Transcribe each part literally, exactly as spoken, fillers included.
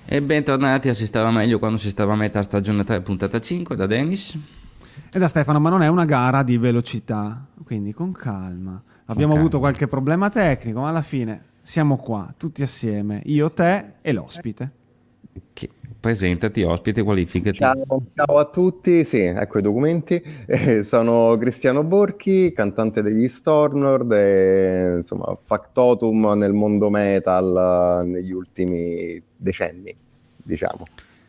E bentornati a Si stava meglio quando si stava a metà stagione tre, puntata cinque, da Dennis. E da Stefano, ma non è una gara di velocità, quindi con calma. Con Abbiamo avuto calma. qualche problema tecnico, ma alla fine siamo qua, tutti assieme, io, te e l'ospite. Che- presentati, ospite, qualificati. Ciao, ciao a tutti, sì, ecco i documenti. Eh, sono Cristiano Borchi, cantante degli Stormlord e insomma factotum nel mondo metal eh, negli ultimi decenni, diciamo.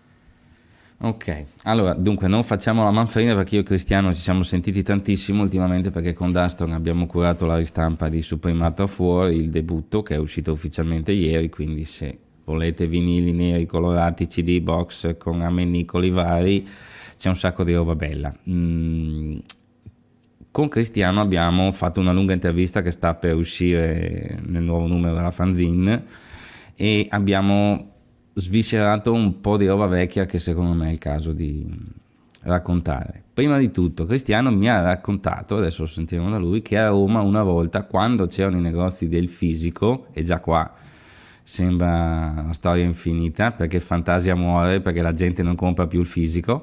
Ok, allora, dunque non facciamo la manfrina perché io e Cristiano ci siamo sentiti tantissimo ultimamente perché con Dustin abbiamo curato la ristampa di Supremato of War, il debutto che è uscito ufficialmente ieri, quindi se volete vinili neri, colorati, C D box con ammennicoli vari, c'è un sacco di roba bella. Mm, Con Cristiano abbiamo fatto una lunga intervista che sta per uscire nel nuovo numero della fanzine e abbiamo sviscerato un po' di roba vecchia che secondo me è il caso di raccontare. Prima di tutto Cristiano mi ha raccontato, adesso lo sentiremo da lui, che a Roma una volta quando c'erano i negozi del fisico, e già qua sembra una storia infinita perché Fantasia muore perché la gente non compra più il fisico,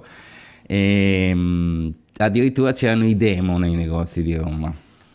e mh, addirittura c'erano i demo nei negozi di Roma.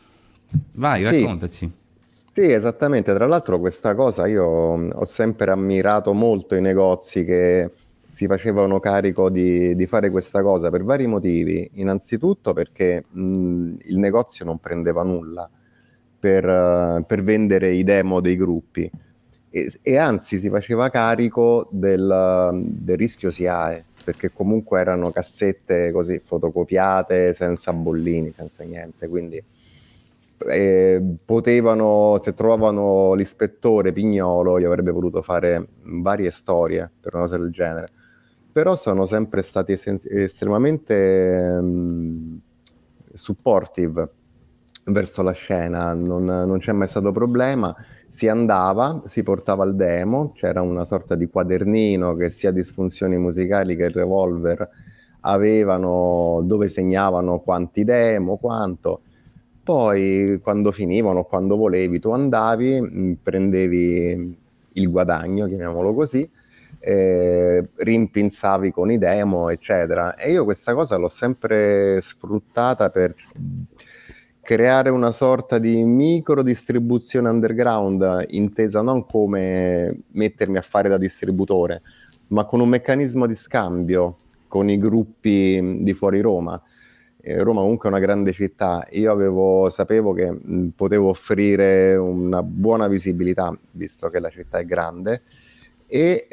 Vai, Sì, raccontaci. sì, esattamente. Tra l'altro questa cosa io mh, ho sempre ammirato molto i negozi che si facevano carico di, di fare questa cosa per vari motivi. Innanzitutto perché mh, il negozio non prendeva nulla per, eh, per vendere i demo dei gruppi e, e anzi si faceva carico del, del rischio S I A E, perché comunque erano cassette così fotocopiate, senza bollini, senza niente, quindi eh, potevano, se trovavano l'ispettore Pignolo, gli avrebbe voluto fare varie storie per una cosa del genere. Però sono sempre stati essen- estremamente mh, supportive verso la scena, non, non c'è mai stato problema. Si andava, si portava il demo, c'era una sorta di quadernino che sia Disfunzioni Musicali che il Revolver avevano, dove segnavano quanti demo, quanto. Poi quando finivano, quando volevi, tu andavi, mh, prendevi il guadagno, chiamiamolo così, eh, rimpinzavi con i demo, eccetera. E io questa cosa l'ho sempre sfruttata per creare una sorta di micro distribuzione underground, intesa non come mettermi a fare da distributore, ma con un meccanismo di scambio con i gruppi di fuori Roma. Eh, Roma comunque è una grande città, io avevo, sapevo che mh, potevo offrire una buona visibilità, visto che la città è grande, e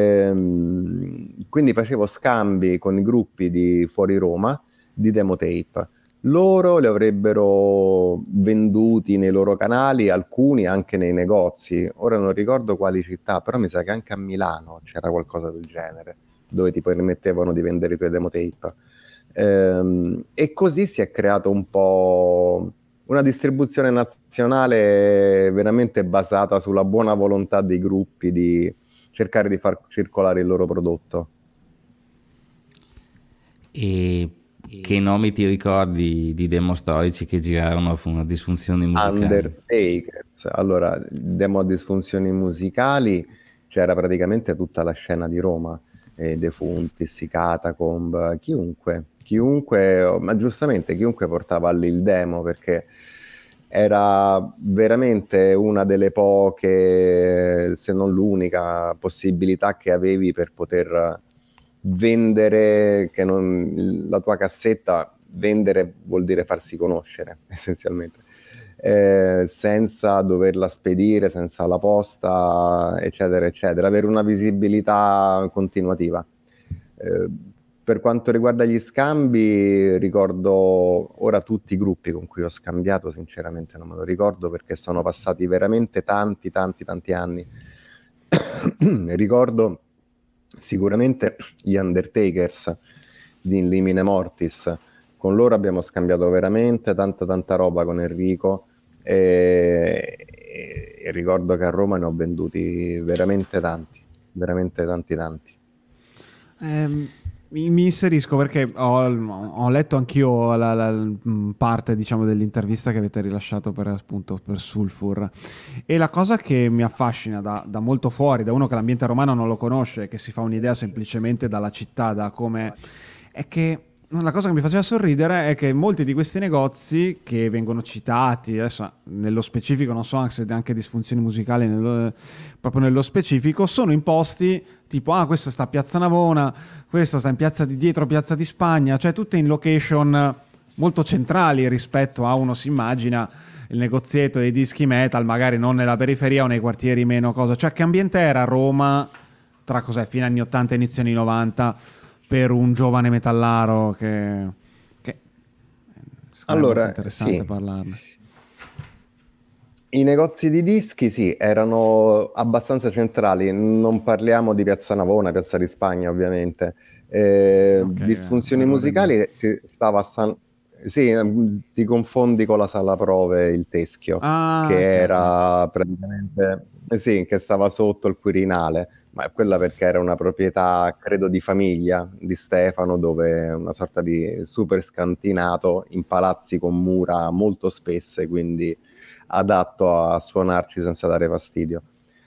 ehm, quindi facevo scambi con i gruppi di fuori Roma di demo tape. Loro li avrebbero venduti nei loro canali, alcuni anche nei negozi. Ora non ricordo quali città, però mi sa che anche a Milano c'era qualcosa del genere, dove ti permettevano di vendere i tuoi demo tape. Ehm, e così si è creato un po' una distribuzione nazionale veramente basata sulla buona volontà dei gruppi di cercare di far circolare il loro prodotto. E che nomi ti ricordi di demo storici che girarono su una disfunzione musicale? Undertakers, allora, demo a disfunzioni musicali, c'era praticamente tutta la scena di Roma, eh, Defuntis, i Catacomb, chiunque, chiunque, ma giustamente chiunque portava lì il demo perché era veramente una delle poche, se non l'unica possibilità che avevi per poter vendere, che non, la tua cassetta, vendere vuol dire farsi conoscere essenzialmente, eh, senza doverla spedire, senza la posta, eccetera, eccetera, avere una visibilità continuativa. Eh, per quanto riguarda gli scambi, ricordo ora tutti i gruppi con cui ho scambiato, sinceramente non me lo ricordo perché sono passati veramente tanti, tanti, tanti anni. Ricordo sicuramente gli Undertakers di In Limine Mortis, con loro abbiamo scambiato veramente tanta tanta roba con Enrico e, e- e ricordo che a Roma ne ho venduti veramente tanti, veramente tanti tanti. Ehm, Mi, mi inserisco perché ho, ho letto anch'io la, la- mh, parte, diciamo, dell'intervista che avete rilasciato per, appunto, per Sulfur, e la cosa che mi affascina da, da molto fuori, da uno che l'ambiente romano non lo conosce, che si fa un'idea semplicemente dalla città, da come, è che la cosa che mi faceva sorridere è che molti di questi negozi che vengono citati, adesso nello specifico non so anche se anche disfunzioni musicali nello- proprio nello specifico, sono imposti tipo, ah, questo sta a Piazza Navona, questo sta in piazza di dietro Piazza di Spagna, cioè tutte in location molto centrali rispetto a uno si immagina il negozietto dei dischi metal, magari non nella periferia o nei quartieri meno cosa. Cioè che ambiente era Roma tra cos'è, fine anni ottanta e inizio anni novanta per un giovane metallaro che, che secondo me è molto Allora, interessante sì, parlarne. i negozi di dischi sì, erano abbastanza centrali, non parliamo di Piazza Navona, Piazza di Spagna ovviamente. Eh, Ok, eh, disfunzioni errore mio. musicali si stava a San... Sì, ehm, ti confondi con la sala prove, il Teschio, Ah, che ok, sì. era praticamente, eh sì, che stava sotto il Quirinale, ma quella perché era una proprietà, credo, di famiglia di Stefano, dove è una sorta di super scantinato in palazzi con mura molto spesse, quindi adatto a suonarci senza dare fastidio.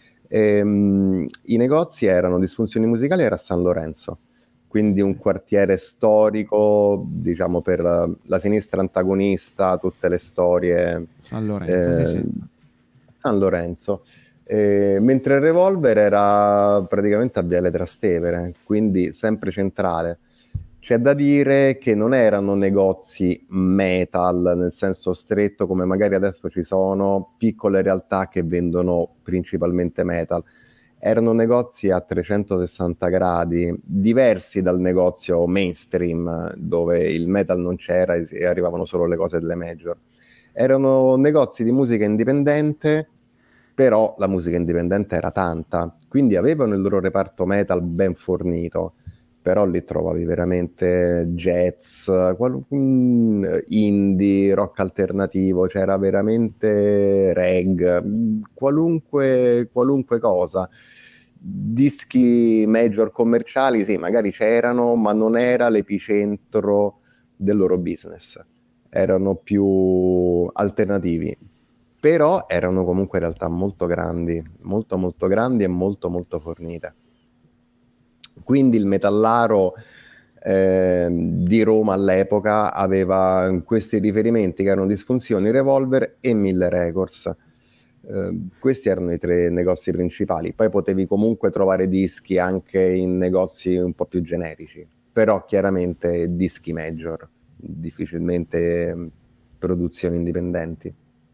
Ehm, I negozi erano disfunzioni musicali, era a San Lorenzo, quindi un quartiere storico, diciamo per la, la sinistra antagonista, tutte le storie. San Lorenzo, sì, eh, sì. San Lorenzo. Eh, mentre il Revolver era praticamente a Viale Trastevere, quindi sempre centrale. C'è da dire che non erano negozi metal nel senso stretto come magari adesso ci sono piccole realtà che vendono principalmente metal. Erano negozi a trecentosessanta gradi, diversi dal negozio mainstream dove il metal non c'era e arrivavano solo le cose delle major. Erano negozi di musica indipendente, però la musica indipendente era tanta, quindi avevano il loro reparto metal ben fornito, però lì trovavi veramente jazz, qual- mm, indie, rock alternativo, c'era veramente reggae, mm, qualunque, qualunque cosa. Dischi major commerciali, sì, magari c'erano, ma non era l'epicentro del loro business, erano più alternativi, però erano comunque realtà molto grandi, molto molto grandi e molto molto fornite. Quindi il metallaro eh, di Roma all'epoca aveva questi riferimenti che erano Disfunzioni, Revolver e Mille Records. Eh, questi erano i tre negozi principali. Poi potevi comunque trovare dischi anche in negozi un po' più generici, però chiaramente dischi major, difficilmente eh, produzioni indipendenti.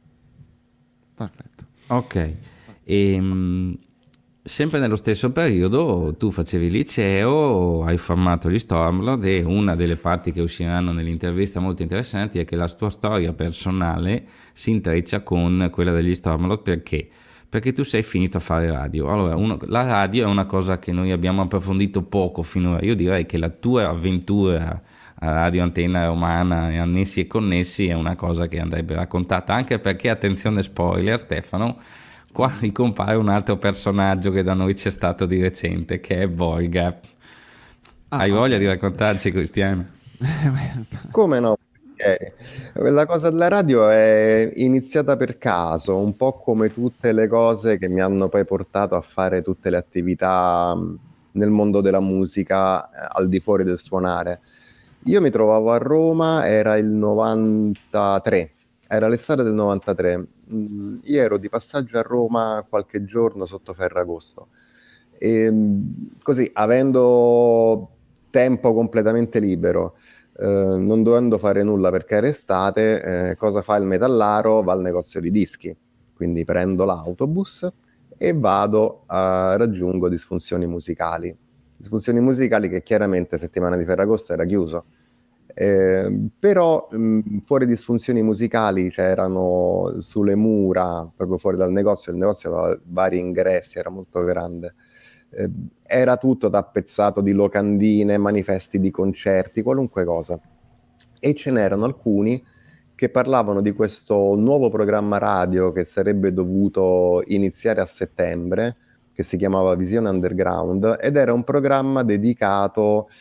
Perfetto. Ok, e, mh, sempre nello stesso periodo tu facevi il liceo, hai formato gli Stormlord e una delle parti che usciranno nell'intervista molto interessanti è che la tua storia personale si intreccia con quella degli Stormlord perché? Perché tu sei finito a fare radio. Allora, uno- la radio è una cosa che noi abbiamo approfondito poco finora. Io direi che la tua avventura a Radio Antenna Romana e annessi e connessi è una cosa che andrebbe raccontata, anche perché, attenzione spoiler Stefano, qua ricompare un altro personaggio che da noi c'è stato di recente, che è Volga. Ah, Hai voglia ok. di raccontarci, Cristiano? Come no? Eh, La cosa della radio è iniziata per caso, un po' come tutte le cose che mi hanno poi portato a fare tutte le attività mh, nel mondo della musica, eh, al di fuori del suonare. Io mi trovavo a Roma, era il novantatré, era l'estate del novantatré. Mm, Io ero di passaggio a Roma qualche giorno sotto Ferragosto. E, mh, così, avendo tempo completamente libero, eh, non dovendo fare nulla perché era estate, eh, cosa fa il metallaro? Va al negozio di dischi. Quindi prendo l'autobus e vado a raggiungo Disfunzioni Musicali. Disfunzioni Musicali che chiaramente settimana di Ferragosto era chiuso. Eh, però mh, fuori disfunzioni musicali c'erano sulle mura, proprio fuori dal negozio, il negozio aveva vari ingressi, era molto grande. Eh, Era tutto tappezzato di locandine, manifesti di concerti, qualunque cosa. E ce n'erano alcuni che parlavano di questo nuovo programma radio che sarebbe dovuto iniziare a settembre, che si chiamava Visione Underground, ed era un programma dedicato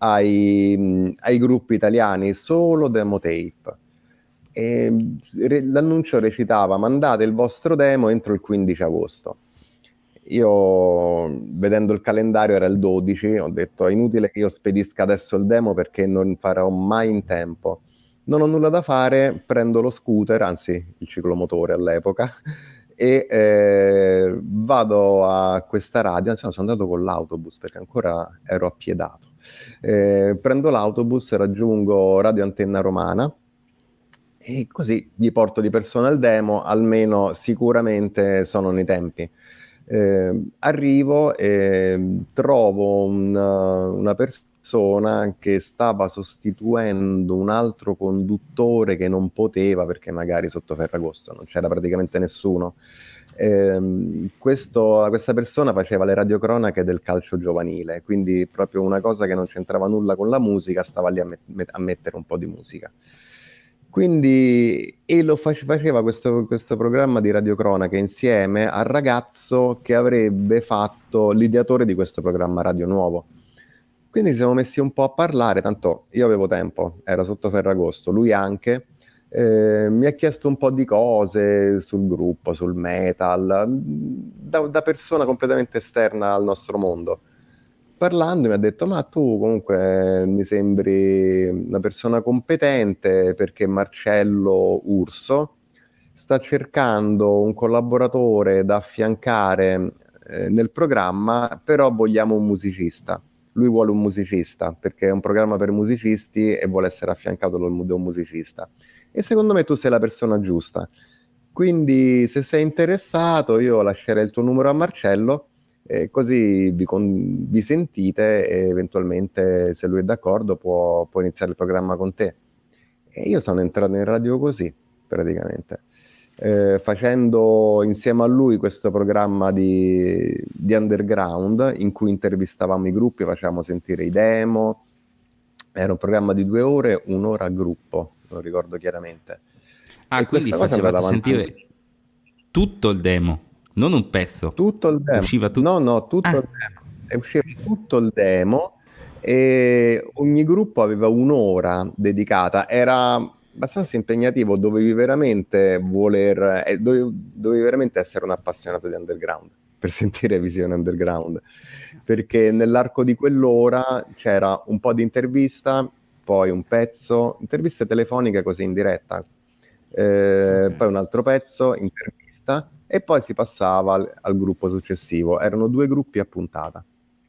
ai, ai gruppi italiani solo demo tape. E re, l'annuncio recitava: mandate il vostro demo entro il quindici agosto. Io, vedendo il calendario, era il dodici, ho detto è inutile che io spedisca adesso il demo perché non farò mai in tempo. Non ho nulla da fare, prendo lo scooter, anzi il ciclomotore all'epoca, e eh, vado a questa radio, anzi no, sono andato con l'autobus perché ancora ero appiedato. Eh, prendo l'autobus, raggiungo Radio Antenna Romana e così vi porto di persona il demo, almeno sicuramente sono nei tempi. Eh, arrivo e trovo un, una persona che stava sostituendo un altro conduttore che non poteva perché magari sotto Ferragosto non c'era praticamente nessuno. Eh, questo, questa persona faceva le radiocronache del calcio giovanile, quindi proprio una cosa che non c'entrava nulla con la musica, stava lì a, met- a mettere un po' di musica. Quindi, e lo face- faceva questo, questo programma di radiocronache insieme al ragazzo che avrebbe fatto l'ideatore di questo programma radio nuovo. Quindi ci siamo messi un po' a parlare, tanto io avevo tempo, era sotto Ferragosto, lui anche. Eh, mi ha chiesto un po' di cose sul gruppo, sul metal, da, da persona completamente esterna al nostro mondo. Parlando mi ha detto: ma tu comunque mi sembri una persona competente perché Marcello Urso sta cercando un collaboratore da affiancare eh, nel programma, però vogliamo un musicista. Lui vuole un musicista perché è un programma per musicisti e vuole essere affiancato da un musicista. E secondo me tu sei la persona giusta. Quindi se sei interessato io lascerei il tuo numero a Marcello, e così vi, con, vi sentite e eventualmente, se lui è d'accordo, può, può iniziare il programma con te. E io sono entrato in radio così, praticamente, eh, facendo insieme a lui questo programma di, di underground in cui intervistavamo i gruppi, facevamo sentire i demo. Era un programma di due ore, un'ora a gruppo, non ricordo chiaramente. Ah, E quindi questa cosa è andata facevate avanti sentire tutto il demo, non un pezzo. tutto il demo. Usciva tutto. No, no, tutto Ah, il demo. E usciva tutto il demo e ogni gruppo aveva un'ora dedicata. Era abbastanza impegnativo, dovevi veramente voler, eh, dovevi, dovevi veramente essere un appassionato di underground per sentire Visione Underground, perché nell'arco di quell'ora c'era un po' di intervista, poi un pezzo, interviste telefoniche così in diretta, eh, Ok. poi un altro pezzo, intervista, e poi si passava al, al gruppo successivo. Erano due gruppi a puntata.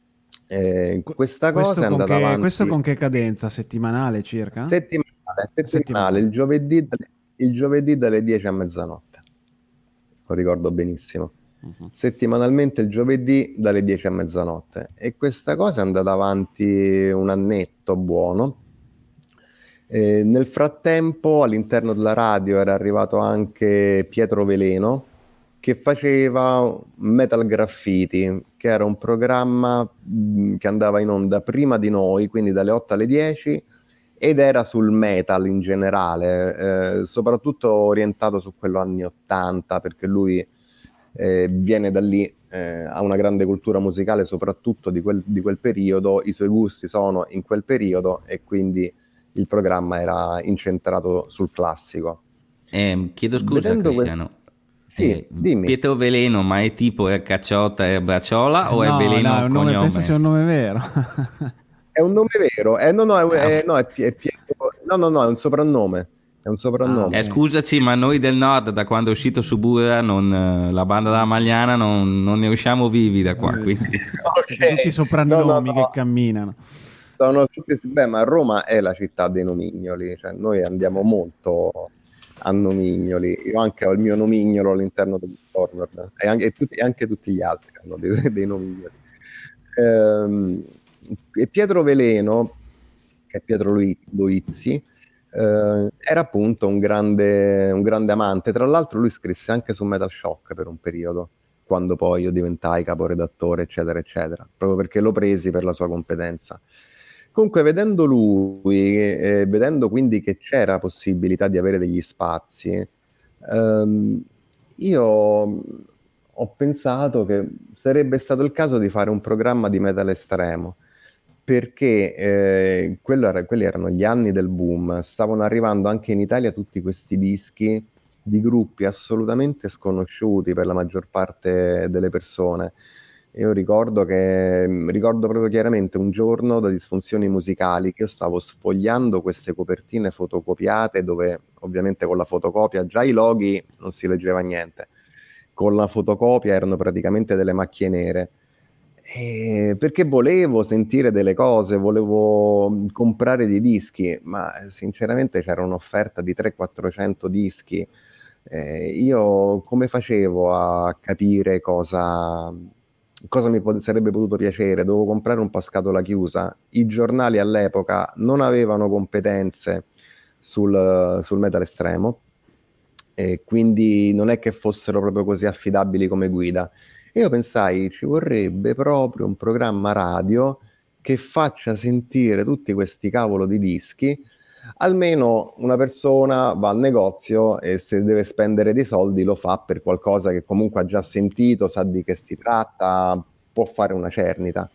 Eh, Qu- questa Questo cosa è con andata che, questo avanti con che cadenza? Settimanale circa? settimanale, settimanale, Settimanale. il giovedì, dalle- il giovedì dalle dieci a mezzanotte, lo ricordo benissimo. Mhm. Settimanalmente il giovedì dalle dieci a mezzanotte, e questa cosa è andata avanti un annetto buono. Eh, nel frattempo all'interno della radio era arrivato anche Pietro Veleno che faceva Metal Graffiti, che era un programma mh, che andava in onda prima di noi, quindi dalle otto alle dieci, ed era sul metal in generale, eh, soprattutto orientato su quello anni ottanta, perché lui eh, viene da lì, eh, ha una grande cultura musicale, soprattutto di quel, di quel periodo, i suoi gusti sono in quel periodo e quindi il programma era incentrato sul classico. eh, chiedo scusa, Vedendo que- Cristiano. Sì, Eh, dimmi. Pietro Veleno, ma è tipo è Cacciotta e Bracciola Eh, o è No, no, è Veleno un nome, penso sia cognome? un nome vero. È un nome vero? Eh, no, no, Ah, è, è- ok. no, è, Pie- è Pietro. No, no, no, è un soprannome. È un Ah, soprannome. Eh, ok. scusaci, ma noi del nord, da quando è uscito Suburra, non, eh, la banda della Magliana, non, non ne usciamo vivi da qua, quindi... Siete tutti Ok, no, no, soprannomi che no. camminano. Sono tutti, beh, ma Roma è la città dei nomignoli, cioè noi andiamo molto a nomignoli. Io anche ho il mio nomignolo all'interno del Discord, e anche, e tutti, e anche tutti gli altri hanno dei, dei nomignoli. Ehm, e Pietro Veleno, che è Pietro Lui- Luizzi, eh, era appunto un grande, un grande amante. Tra l'altro lui scrisse anche su Metal Shock per un periodo, quando poi io diventai caporedattore, eccetera, eccetera, proprio perché l'ho presi per la sua competenza. Comunque, vedendo lui, eh, vedendo quindi che c'era possibilità di avere degli spazi, ehm, io ho pensato che sarebbe stato il caso di fare un programma di metal estremo, perché eh, quello era- quelli erano gli anni del boom, stavano arrivando anche in Italia tutti questi dischi di gruppi assolutamente sconosciuti per la maggior parte delle persone. Io ricordo che ricordo proprio chiaramente un giorno da disfunzioni musicali che io stavo sfogliando queste copertine fotocopiate dove ovviamente con la fotocopia già i loghi non si leggeva niente. Con la fotocopia erano praticamente delle macchie nere. Eh, perché volevo sentire delle cose, volevo mh, comprare dei dischi, ma eh, sinceramente c'era un'offerta di trecento quattrocento dischi. Eh, io come facevo a capire cosa, cosa mi pot- sarebbe potuto piacere? Dovevo comprare un po' a scatola chiusa. I giornali all'epoca non avevano competenze sul, sul metal estremo e quindi non è che fossero proprio così affidabili come guida. E io pensai, ci vorrebbe proprio un programma radio che faccia sentire tutti questi cavolo di dischi. Almeno una persona va al negozio e se deve spendere dei soldi lo fa per qualcosa che comunque ha già sentito, sa di che si tratta, può fare una cernita.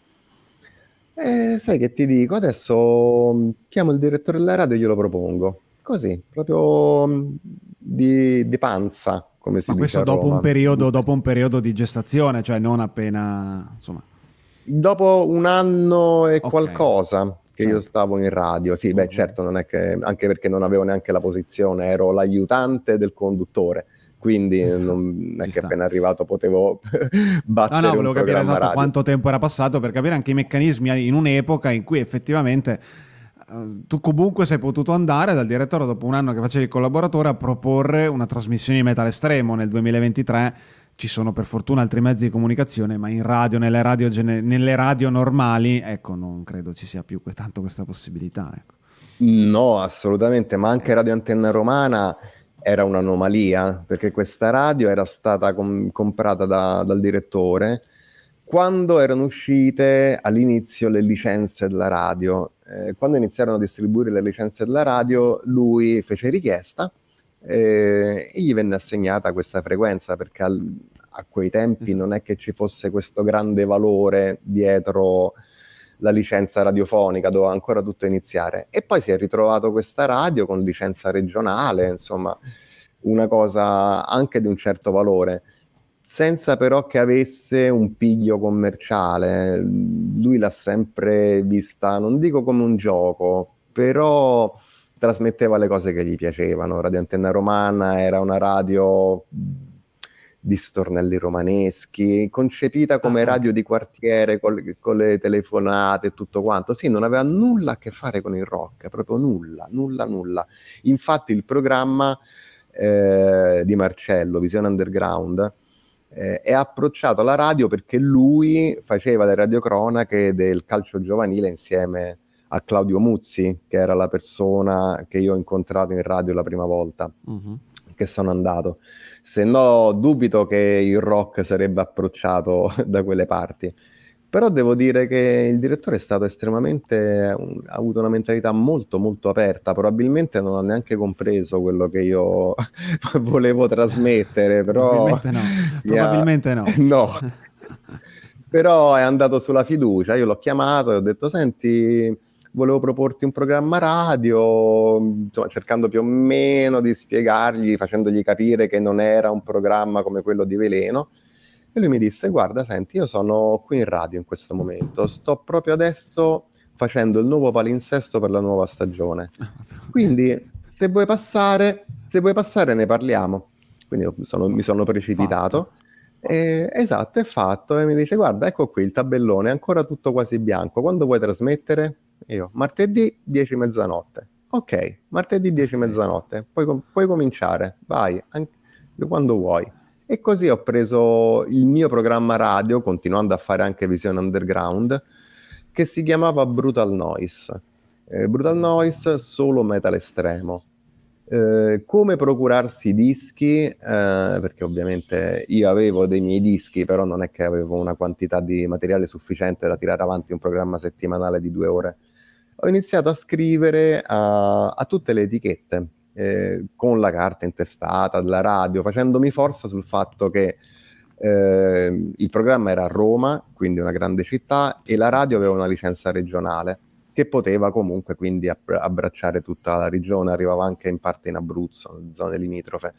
E sai che ti dico? Adesso mh, chiamo il direttore della radio e glielo propongo. Così, proprio mh, di, di panza, come si Ma dice questo a dopo un Roma. periodo, dopo un periodo di gestazione, cioè non appena, insomma. Dopo un anno e Ok, qualcosa che io certo. stavo in radio, sì, beh, Mhm. certo, non è che, anche perché non avevo neanche la posizione, ero l'aiutante del conduttore, quindi Esatto, non è ci che sta. appena arrivato potevo No, no, battere un volevo capire programma esatto radio. quanto tempo era passato per capire anche i meccanismi in un'epoca in cui effettivamente eh, tu comunque sei potuto andare dal direttore dopo un anno che facevi il collaboratore a proporre una trasmissione di metal estremo. Nel duemilaventitré ci sono per fortuna altri mezzi di comunicazione, ma in radio, nelle radio, gene- nelle radio normali, ecco, non credo ci sia più que- tanto questa possibilità. Ecco. No, assolutamente, ma anche Radio Antenna Romana era un'anomalia, perché questa radio era stata com- comprata da- dal direttore quando erano uscite all'inizio le licenze della radio. Eh, quando iniziarono a distribuire le licenze della radio, lui fece richiesta eh, e gli venne assegnata questa frequenza, perché al- a quei tempi Esatto. non è che ci fosse questo grande valore dietro la licenza radiofonica, doveva ancora tutto iniziare. E poi si è ritrovato questa radio con licenza regionale, insomma, una cosa anche di un certo valore, senza però che avesse un piglio commerciale. Lui l'ha sempre vista, non dico come un gioco, però trasmetteva le cose che gli piacevano. Radio Antenna Romana era una radio di stornelli romaneschi, concepita come Ah, radio ok. di quartiere con le, con le telefonate e tutto quanto. Sì, non aveva nulla a che fare con il rock, proprio nulla, nulla, nulla. Infatti il programma eh, di Marcello, Visione Underground, eh, è approcciato alla radio perché lui faceva le radiocronache del calcio giovanile insieme a Claudio Muzzi, che era la persona che io ho incontrato in radio la prima volta Mhm. che sono andato. Se no, dubito che il rock sarebbe approcciato da quelle parti. Però devo dire che il direttore è stato estremamente, un- ha avuto una mentalità molto molto aperta, probabilmente non ha neanche compreso quello che io volevo trasmettere, però Probabilmente no, mi ha- probabilmente no. no. Però è andato sulla fiducia, io l'ho chiamato e ho detto, senti, volevo proporti un programma radio, insomma, cercando più o meno di spiegargli, facendogli capire che non era un programma come quello di Veleno. E lui mi disse, guarda, senti, io sono qui in radio in questo momento, sto proprio adesso facendo il nuovo palinsesto per la nuova stagione. Ok. Quindi, se vuoi passare, se vuoi passare ne parliamo. Quindi io sono- mi sono Fatto. precipitato. E- esatto, è fatto. E mi dice, guarda, ecco qui il tabellone, è ancora tutto quasi bianco. Quando vuoi trasmettere? E io, martedì dieci mezzanotte. Ok, martedì dieci Perfetto. mezzanotte. Puoi, com- puoi cominciare, vai, anche quando vuoi. E così ho preso il mio programma radio, continuando a fare anche Visione Underground, che si chiamava Brutal Noise. Eh, Brutal Brutal. Noise, solo metal estremo. Eh, come procurarsi i dischi? Eh, perché ovviamente io avevo dei miei dischi, però non è che avevo una quantità di materiale sufficiente da tirare avanti un programma settimanale di due ore. Ho iniziato a scrivere a, a tutte le etichette, eh, con la carta intestata della radio, facendomi forza sul fatto che Eh, il programma era a Roma, quindi una grande città, e la radio aveva una licenza regionale che poteva comunque quindi abb- abbracciare tutta la regione, arrivava anche in parte in Abruzzo, zone limitrofe.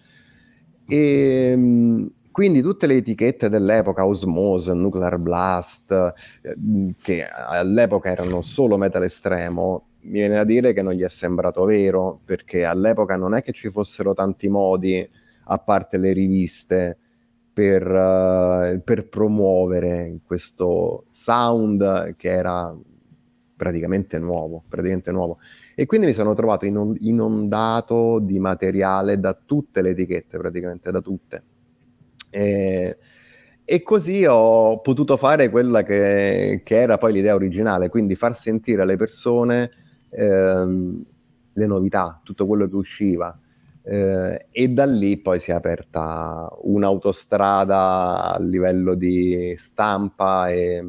E mh, quindi tutte le etichette dell'epoca, Osmose, Nuclear Blast, eh, mh, che all'epoca erano solo metal estremo, mi viene da dire che non gli è sembrato vero, perché all'epoca non è che ci fossero tanti modi, a parte le riviste, per, eh, per promuovere questo sound che era praticamente nuovo, praticamente nuovo. E quindi mi sono trovato inon- inondato di materiale da tutte le etichette, praticamente da tutte. E, e così ho potuto fare quella che, che era poi l'idea originale, quindi far sentire alle persone ehm, le novità, tutto quello che usciva. Eh, e da lì poi si è aperta un'autostrada a livello di stampa e,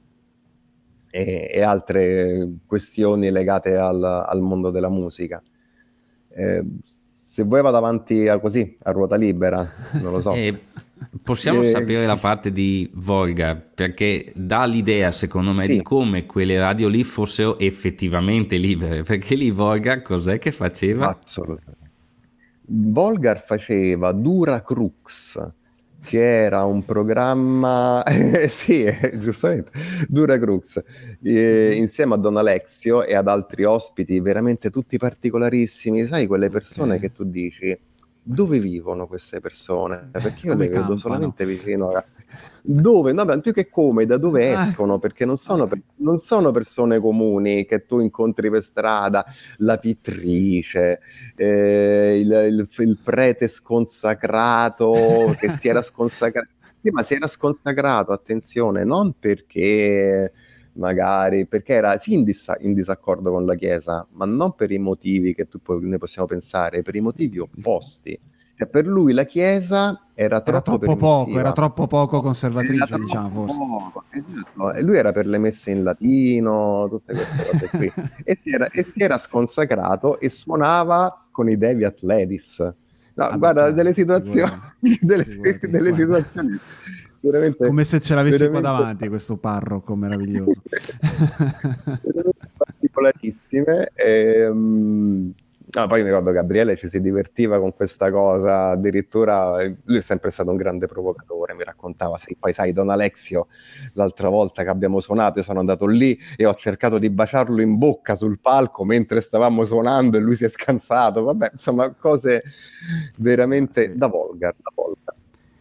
e- e altre questioni legate al, al mondo della musica. Eh, Se vuoi vado avanti a così, a ruota libera, non lo so. E possiamo Eh, sapere la parte di Volga, perché dà l'idea, secondo me, di sì, come quelle radio lì fossero effettivamente libere, perché lì Volga cos'è che faceva? assolutamente. Volgar faceva Dura Crux, che era un programma, eh, sì, eh, giustamente, Dura Crux, eh, Mhm. insieme a Don Alexio e ad altri ospiti, veramente tutti particolarissimi, sai, quelle Ok. persone che tu dici, dove vivono queste persone? Perché io Come le vedo campano? solamente vicino a... Dove? No, beh, più che come, da dove Ah, escono? Perché non sono, ok. per- non sono persone comuni che tu incontri per strada, la pittrice, eh, il, il- il prete sconsacrato che si era sconsacrato. Sì, ma si era sconsacrato, attenzione, non perché magari, perché era sì in, dissa- in disaccordo con la Chiesa, ma non per i motivi che tu poi ne possiamo pensare, per i motivi opposti. Cioè, per lui la Chiesa era Era troppo troppo poco, era permissiva. troppo poco Era conservatrice, diciamo, troppo forse. poco, esatto. E lui era per le messe in latino, tutte queste cose qui. E si era, e si era sconsacrato e suonava con i Devi Athletics. No, Vabbè, guarda, chiaro, delle situazioni, figurati. delle, Figurati, delle guarda. situazioni veramente, Come se ce l'avessi qua veramente, davanti questo parroco meraviglioso. veramente particolarissime. Ehm, no, poi mi ricordo Gabriele ci si divertiva con questa cosa, addirittura eh, lui è sempre stato un grande provocatore, mi raccontava, sì, poi sai, Don Alexio, l'altra volta che abbiamo suonato, io sono andato lì e ho cercato di baciarlo in bocca sul palco mentre stavamo suonando e lui si è scansato, vabbè, insomma, cose Ah, veramente sì. da volgar, da volgar.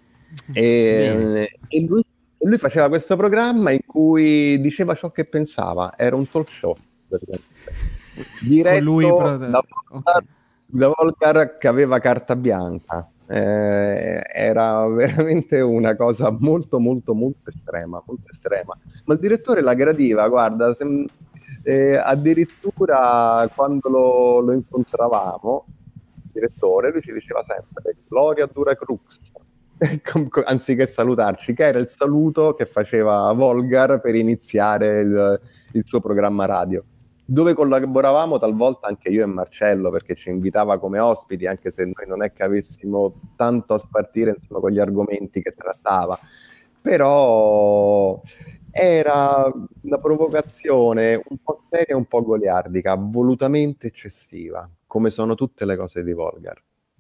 Bene. E, e lui, e lui faceva questo programma in cui diceva ciò che pensava, era un talk show, praticamente. Con lui, Diretto però... da Ok. Volgar, da Volgar che aveva carta bianca. Eh, era veramente una cosa molto, molto, molto estrema, molto estrema. Ma il direttore la gradiva, guarda, se- eh, addirittura quando lo, lo incontravamo, il direttore, lui ci diceva sempre Gloria Dura Crux, com- co- anziché salutarci, che era il saluto che faceva Volgar per iniziare il, il suo programma radio, dove collaboravamo talvolta anche io e Marcello, perché ci invitava come ospiti, anche se noi non è che avessimo tanto a spartire insomma, con gli argomenti che trattava. Però era una provocazione un po' seria e un po' goliardica, volutamente eccessiva, come sono tutte le cose di Volgar.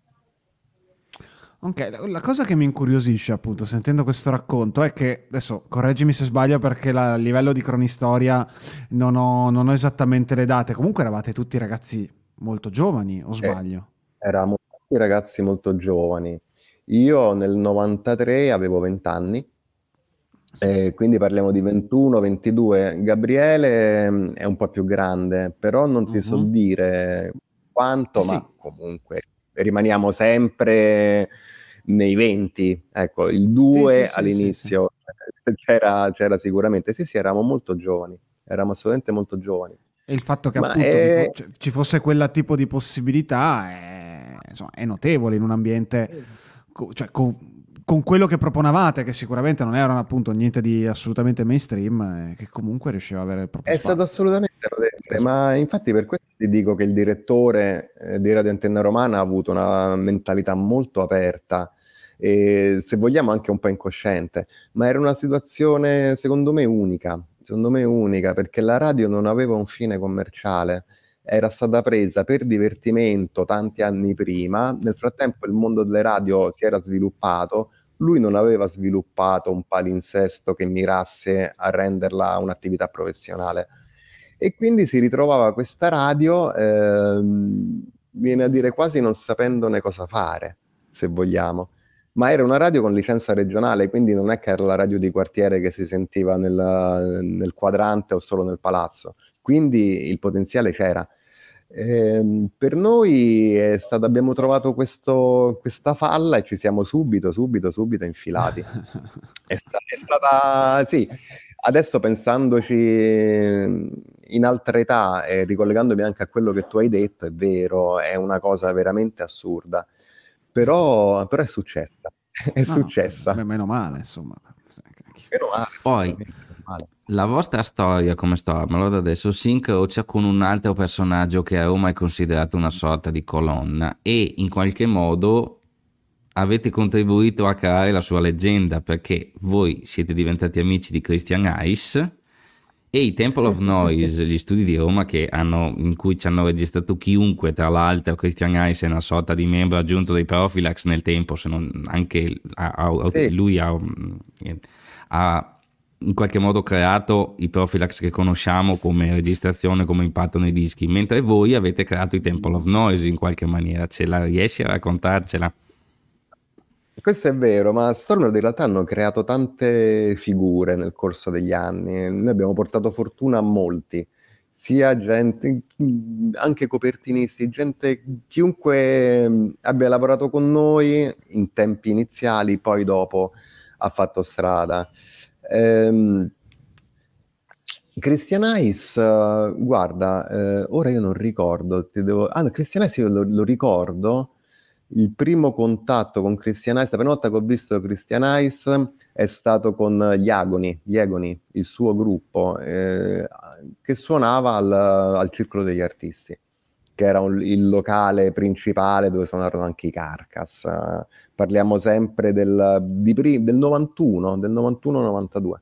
Ok, la la cosa che mi incuriosisce appunto sentendo questo racconto è che, adesso correggimi se sbaglio perché la- a livello di cronistoria non ho, non ho esattamente le date, comunque eravate tutti ragazzi molto giovani, o Eh, sbaglio? Eravamo tutti ragazzi molto giovani. Io nel novantatré avevo venti anni, Sì. eh, quindi parliamo di ventuno ventidue. Gabriele mm, è un po' più grande, però non ti so Mhm. dire Sì, quanto, ma sì, comunque rimaniamo sempre nei venti. Ecco, il sì, sì, due sì, sì, sì. all'inizio c'era, c'era sicuramente. Sì, sì, eravamo molto giovani, eravamo assolutamente molto giovani. E il fatto che Ma appunto vi è... fo- cioè, ci fosse quel tipo di possibilità è, insomma, è notevole in un ambiente, co- cioè, co- con quello che proponevate, che sicuramente non erano appunto niente di assolutamente mainstream, eh, che comunque riusciva ad avere il proprio È stato spazio. assolutamente Tutto notevole, sommato. ma infatti per questo ti dico che il direttore eh, di Radio Antenna Romana ha avuto una mentalità molto aperta, e se vogliamo anche un po' incosciente, ma era una situazione secondo me unica, secondo me unica perché la radio non aveva un fine commerciale, era stata presa per divertimento tanti anni prima, nel frattempo il mondo delle radio si era sviluppato, lui non aveva sviluppato un palinsesto che mirasse a renderla un'attività professionale e quindi si ritrovava questa radio, ehm, viene a dire quasi non sapendone cosa fare, se vogliamo. Ma era una radio con licenza regionale, quindi non è che era la radio di quartiere che si sentiva nel, nel quadrante o solo nel palazzo. Quindi il potenziale c'era. Ehm, per noi è stato, abbiamo trovato questo, questa falla e ci siamo subito, subito, subito infilati. È, sta- è stata, sì, adesso pensandoci in altre età e ricollegandomi anche a quello che tu hai detto, è vero, è una cosa veramente assurda. Però, però è successa, è No, no, successa. beh, meno male, insomma. Meno male, Poi sicuramente meno male. la vostra storia, come sto, me lo da adesso, si incrocia con un altro personaggio che a Roma è considerato una sorta di colonna e in qualche modo avete contribuito a creare la sua leggenda perché voi siete diventati amici di Christian Ice e i Temple of Noise, gli studi di Roma che hanno, in cui ci hanno registrato chiunque, tra l'altro Christian Ice è una sorta di membro aggiunto dei Prophylax nel tempo, se non anche ha, ha, Sì. lui ha, ha in qualche modo creato i Prophylax che conosciamo come registrazione, come impatto nei dischi, mentre voi avete creato i Temple of Noise in qualche maniera. Ce la riesci a raccontarcela? Questo è vero, ma Stormlord in realtà hanno creato tante figure nel corso degli anni. Noi abbiamo portato fortuna a molti, sia gente, anche copertinisti, gente, chiunque abbia lavorato con noi in tempi iniziali, poi dopo ha fatto strada. Ehm, Christian Ice, eh, guarda, eh, ora io non ricordo, ti devo... ah, no, Christian Ice io lo, lo ricordo, il primo contatto con Christian Ice, la prima volta che ho visto Christian Ice è stato con gli Agoni, gli Agoni, il suo gruppo, eh, che suonava al, al Circolo degli Artisti, che era un- il locale principale dove suonarono anche i Carcass. Eh, parliamo sempre del, di pri- del novantuno, del novantuno novantadue.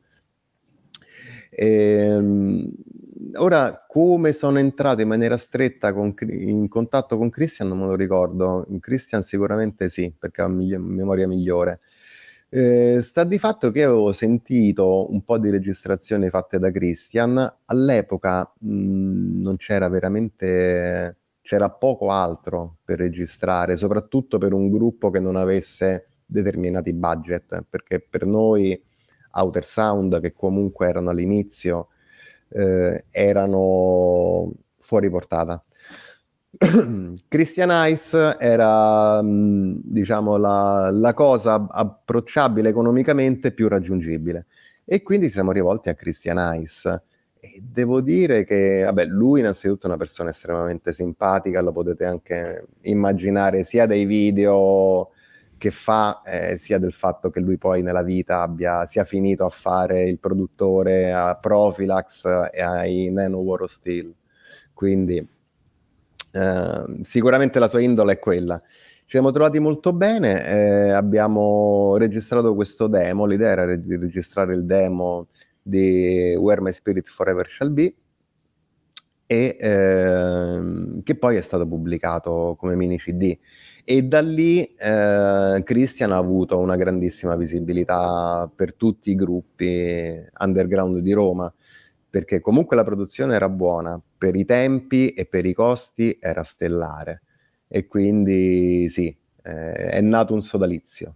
Ehm, ora, come sono entrato in maniera stretta con, in contatto con Christian, non me lo ricordo. Christian sicuramente sì, perché ha migli- memoria migliore. Eh, sta di fatto che avevo sentito un po' di registrazioni fatte da Christian. All'epoca mh, non c'era veramente, c'era poco altro per registrare, soprattutto per un gruppo che non avesse determinati budget, perché per noi Outer Sound, che comunque erano all'inizio, eh, erano fuori portata. Christian Ice era, mh, diciamo, la, la cosa approcciabile economicamente più raggiungibile. E quindi ci siamo rivolti a Christian Ice. E devo dire che, vabbè, lui innanzitutto è una persona estremamente simpatica, lo potete anche immaginare sia dai video che fa, eh, sia del fatto che lui poi nella vita abbia, sia finito a fare il produttore a Prophylax e ai Nano War of Steel. Quindi eh, sicuramente la sua indole è quella. Ci siamo trovati molto bene, eh, abbiamo registrato questo demo, l'idea era di registrare il demo di Where My Spirit Forever Shall Be, e ehm, che poi è stato pubblicato come mini C D. E da lì eh, Christian ha avuto una grandissima visibilità per tutti i gruppi underground di Roma, perché comunque la produzione era buona, per i tempi e per i costi era stellare. E quindi sì, eh, è nato un sodalizio.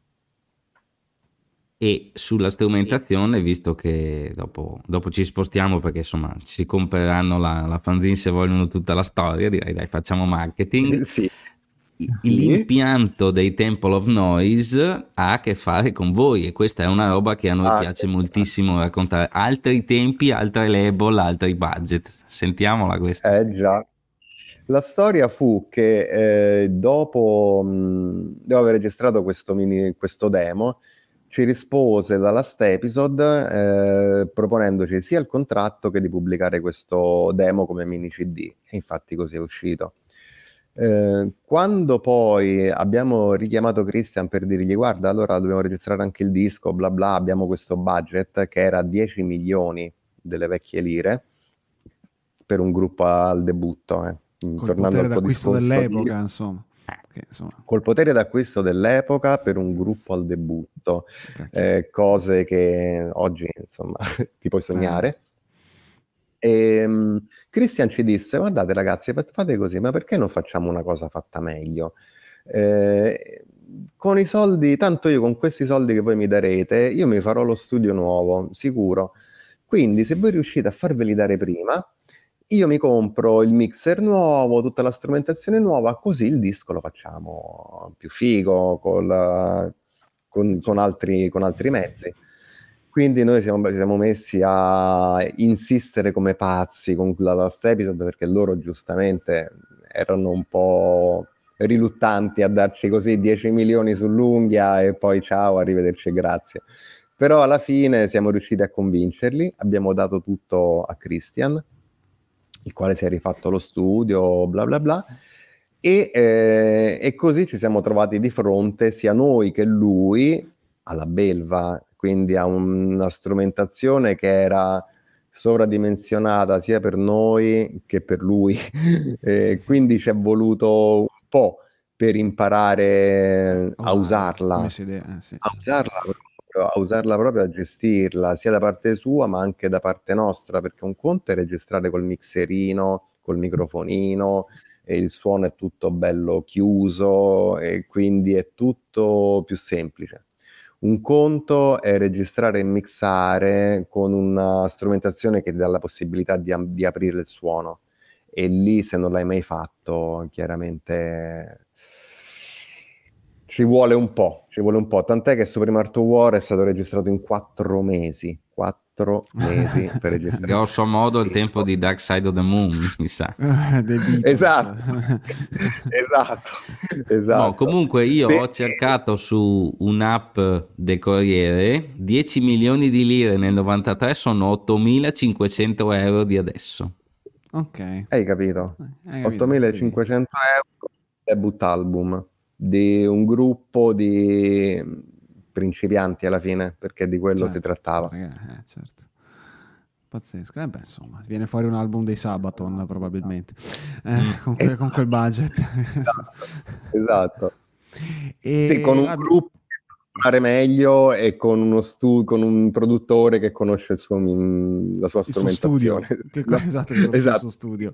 E sulla strumentazione, visto che dopo, dopo ci spostiamo perché insomma ci compreranno la, la fanzine se vogliono tutta la storia, direi dai facciamo marketing. Sì. I- L'impianto dei Temple of Noise ha a che fare con voi e questa è una roba che a noi Ah, piace sì. moltissimo raccontare. Altri tempi, altre label, altri budget. Sentiamola questa. Eh già. La storia fu che eh, dopo, mh, dopo aver registrato questo, mini, questo demo, ci rispose la Last Episode eh, proponendoci sia il contratto che di pubblicare questo demo come mini C D. E infatti così è uscito. Eh, quando poi abbiamo richiamato Christian per dirgli guarda, allora dobbiamo registrare anche il disco, bla bla, abbiamo questo budget che era dieci milioni delle vecchie lire per un gruppo al debutto, eh. Col Tornando potere al tuo d'acquisto discorso di dell'epoca, insomma. Che, insomma, col potere d'acquisto dell'epoca per un gruppo al debutto, cacchio. eh, cose che oggi insomma ti puoi Eh, sognare. E um, Christian ci disse: guardate ragazzi, fa- fate così, ma perché non facciamo una cosa fatta meglio? Eh, con i soldi, tanto io con questi soldi che voi mi darete, io mi farò lo studio nuovo, sicuro. Quindi, se voi riuscite a farveli dare prima, io mi compro il mixer nuovo, tutta la strumentazione nuova, così il disco lo facciamo più figo, col- con, con altri, con altri mezzi. Quindi noi siamo, ci siamo messi a insistere come pazzi con la last episode perché loro giustamente erano un po' riluttanti a darci così dieci milioni sull'unghia e poi ciao, arrivederci e grazie. Però alla fine siamo riusciti a convincerli, abbiamo dato tutto a Christian, il quale si è rifatto lo studio, bla bla bla, e, eh, e così ci siamo trovati di fronte sia noi che lui alla belva, quindi a una strumentazione che era sovradimensionata sia per noi che per lui. Eh, quindi ci è voluto un po' per imparare a usarla, come usarla, si deve, eh, sì, a certo. usarla proprio, a usarla proprio, a gestirla, sia da parte sua ma anche da parte nostra, perché un conto è registrare col mixerino, col microfonino, e il suono è tutto bello chiuso e quindi è tutto più semplice. Un conto è registrare e mixare con una strumentazione che ti dà la possibilità di, am- di aprire il suono. E lì, se non l'hai mai fatto, chiaramente ci vuole un po', ci vuole un po'. Tant'è che Super Mario War è stato registrato in quattro mesi. Quattro mesi per registrare Grosso modo il il tempo disco. di Dark Side of the Moon, mi sa. The Beatles. Esatto, esatto, Boh, esatto. comunque io ho Perché cercato su un'app del Corriere, dieci milioni di lire nel novantatré sono ottomilacinquecento euro di adesso. Ok, hai capito? hai capito? Vedi? ottomilacinquecento euro debut album di un gruppo di principianti alla fine, perché di quello si Certo, trattava. perché, eh, certo. Pazzesco. Eh beh, insomma, viene fuori un album dei Sabaton probabilmente. Mm. Eh, con, que- con quel Esatto, budget. esatto, esatto. Sì, con E un vabbè, gruppo che sa fare meglio e con uno stu- con un produttore che conosce il suo, mm, la sua il suo strumentazione. studio, che, co- No, esatto, che conosce il esatto. suo studio.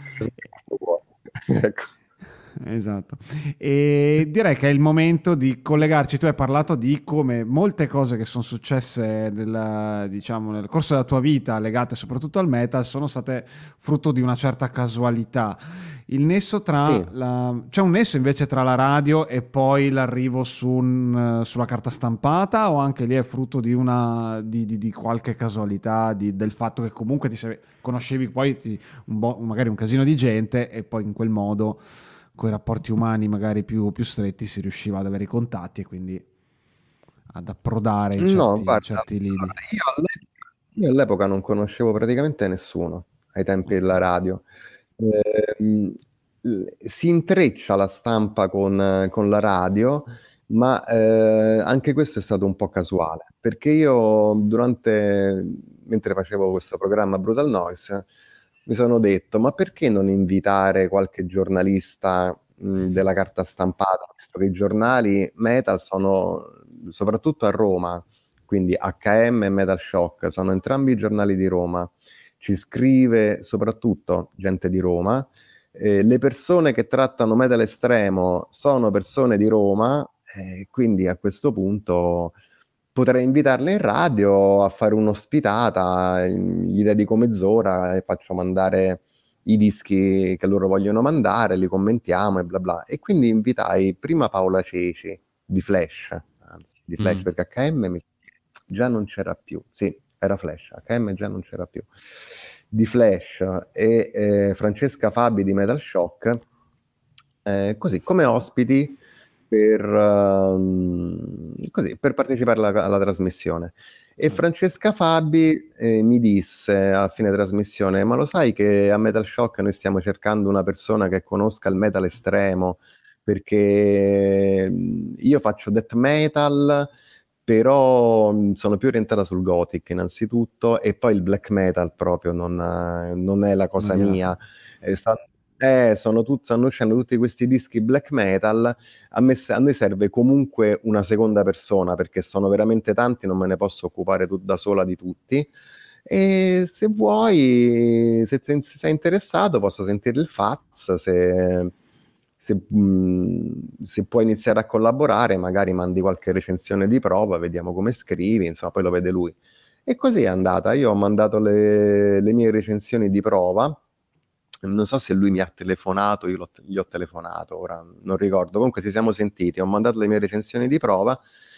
Ecco. Esatto. E direi che è il momento di collegarci. Tu hai parlato di come molte cose che sono successe nel, diciamo, nel corso della tua vita, legate soprattutto al metal, sono state frutto di una certa casualità. Il nesso tra Sì. la... C'è un nesso invece tra la radio e poi l'arrivo su un- sulla carta stampata, o anche lì è frutto di una di, di- di qualche casualità, di- del fatto che comunque ti sei- conoscevi poi ti- un bo- magari un casino di gente e poi in quel modo con i rapporti umani magari più, più stretti si riusciva ad avere i contatti e quindi ad approdare in No, certi, in guarda, certi lidi. allora, io all'epoca io all'epoca non conoscevo praticamente nessuno ai tempi Ok. della radio. Ehm, l- si intreccia la stampa con, con la radio, ma eh, anche questo è stato un po' casuale, perché io durante, mentre facevo questo programma Brutal Noise, mi sono detto, ma perché non invitare qualche giornalista mh, della carta stampata, visto che i giornali metal sono soprattutto a Roma, quindi acca emme e Metal Shock, sono entrambi giornali di Roma, ci scrive soprattutto gente di Roma, eh, le persone che trattano metal estremo sono persone di Roma, eh, quindi a questo punto potrei invitarle in radio a fare un'ospitata, gli dedico mezz'ora e faccio mandare i dischi che loro vogliono mandare, li commentiamo e bla bla. E quindi invitai prima Paola Ceci di Flash, anzi di Flash Mm. perché acca emme mi- già non c'era più, sì, era Flash, acca emme già non c'era più, di Flash e eh, Francesca Fabi di Metal Shock, eh, così come ospiti per, ehm, così, per partecipare alla, alla trasmissione. E Francesca Fabi eh, mi disse a fine trasmissione: ma lo sai che a Metal Shock noi stiamo cercando una persona che conosca il metal estremo, perché mh, io faccio death metal, però mh, sono più orientata sul gothic innanzitutto, e poi il black metal proprio non, eh, non è la Non cosa gliela mia. fa. Eh, sta- eh, sono tut- stanno uscendo tutti questi dischi black metal. A me, a noi serve comunque una seconda persona, perché sono veramente tanti, non me ne posso occupare tu- da sola di tutti. E se vuoi, se, te- se sei interessato, posso sentire il fax. Se, se, mh, se puoi iniziare a collaborare, magari mandi qualche recensione di prova, vediamo come scrivi, insomma, poi lo vede lui. E così è andata. Io ho mandato le, le mie recensioni di prova. Non so se lui mi ha telefonato, io l'ho- gli ho telefonato, ora non ricordo. Comunque ci siamo sentiti, ho mandato le mie recensioni di prova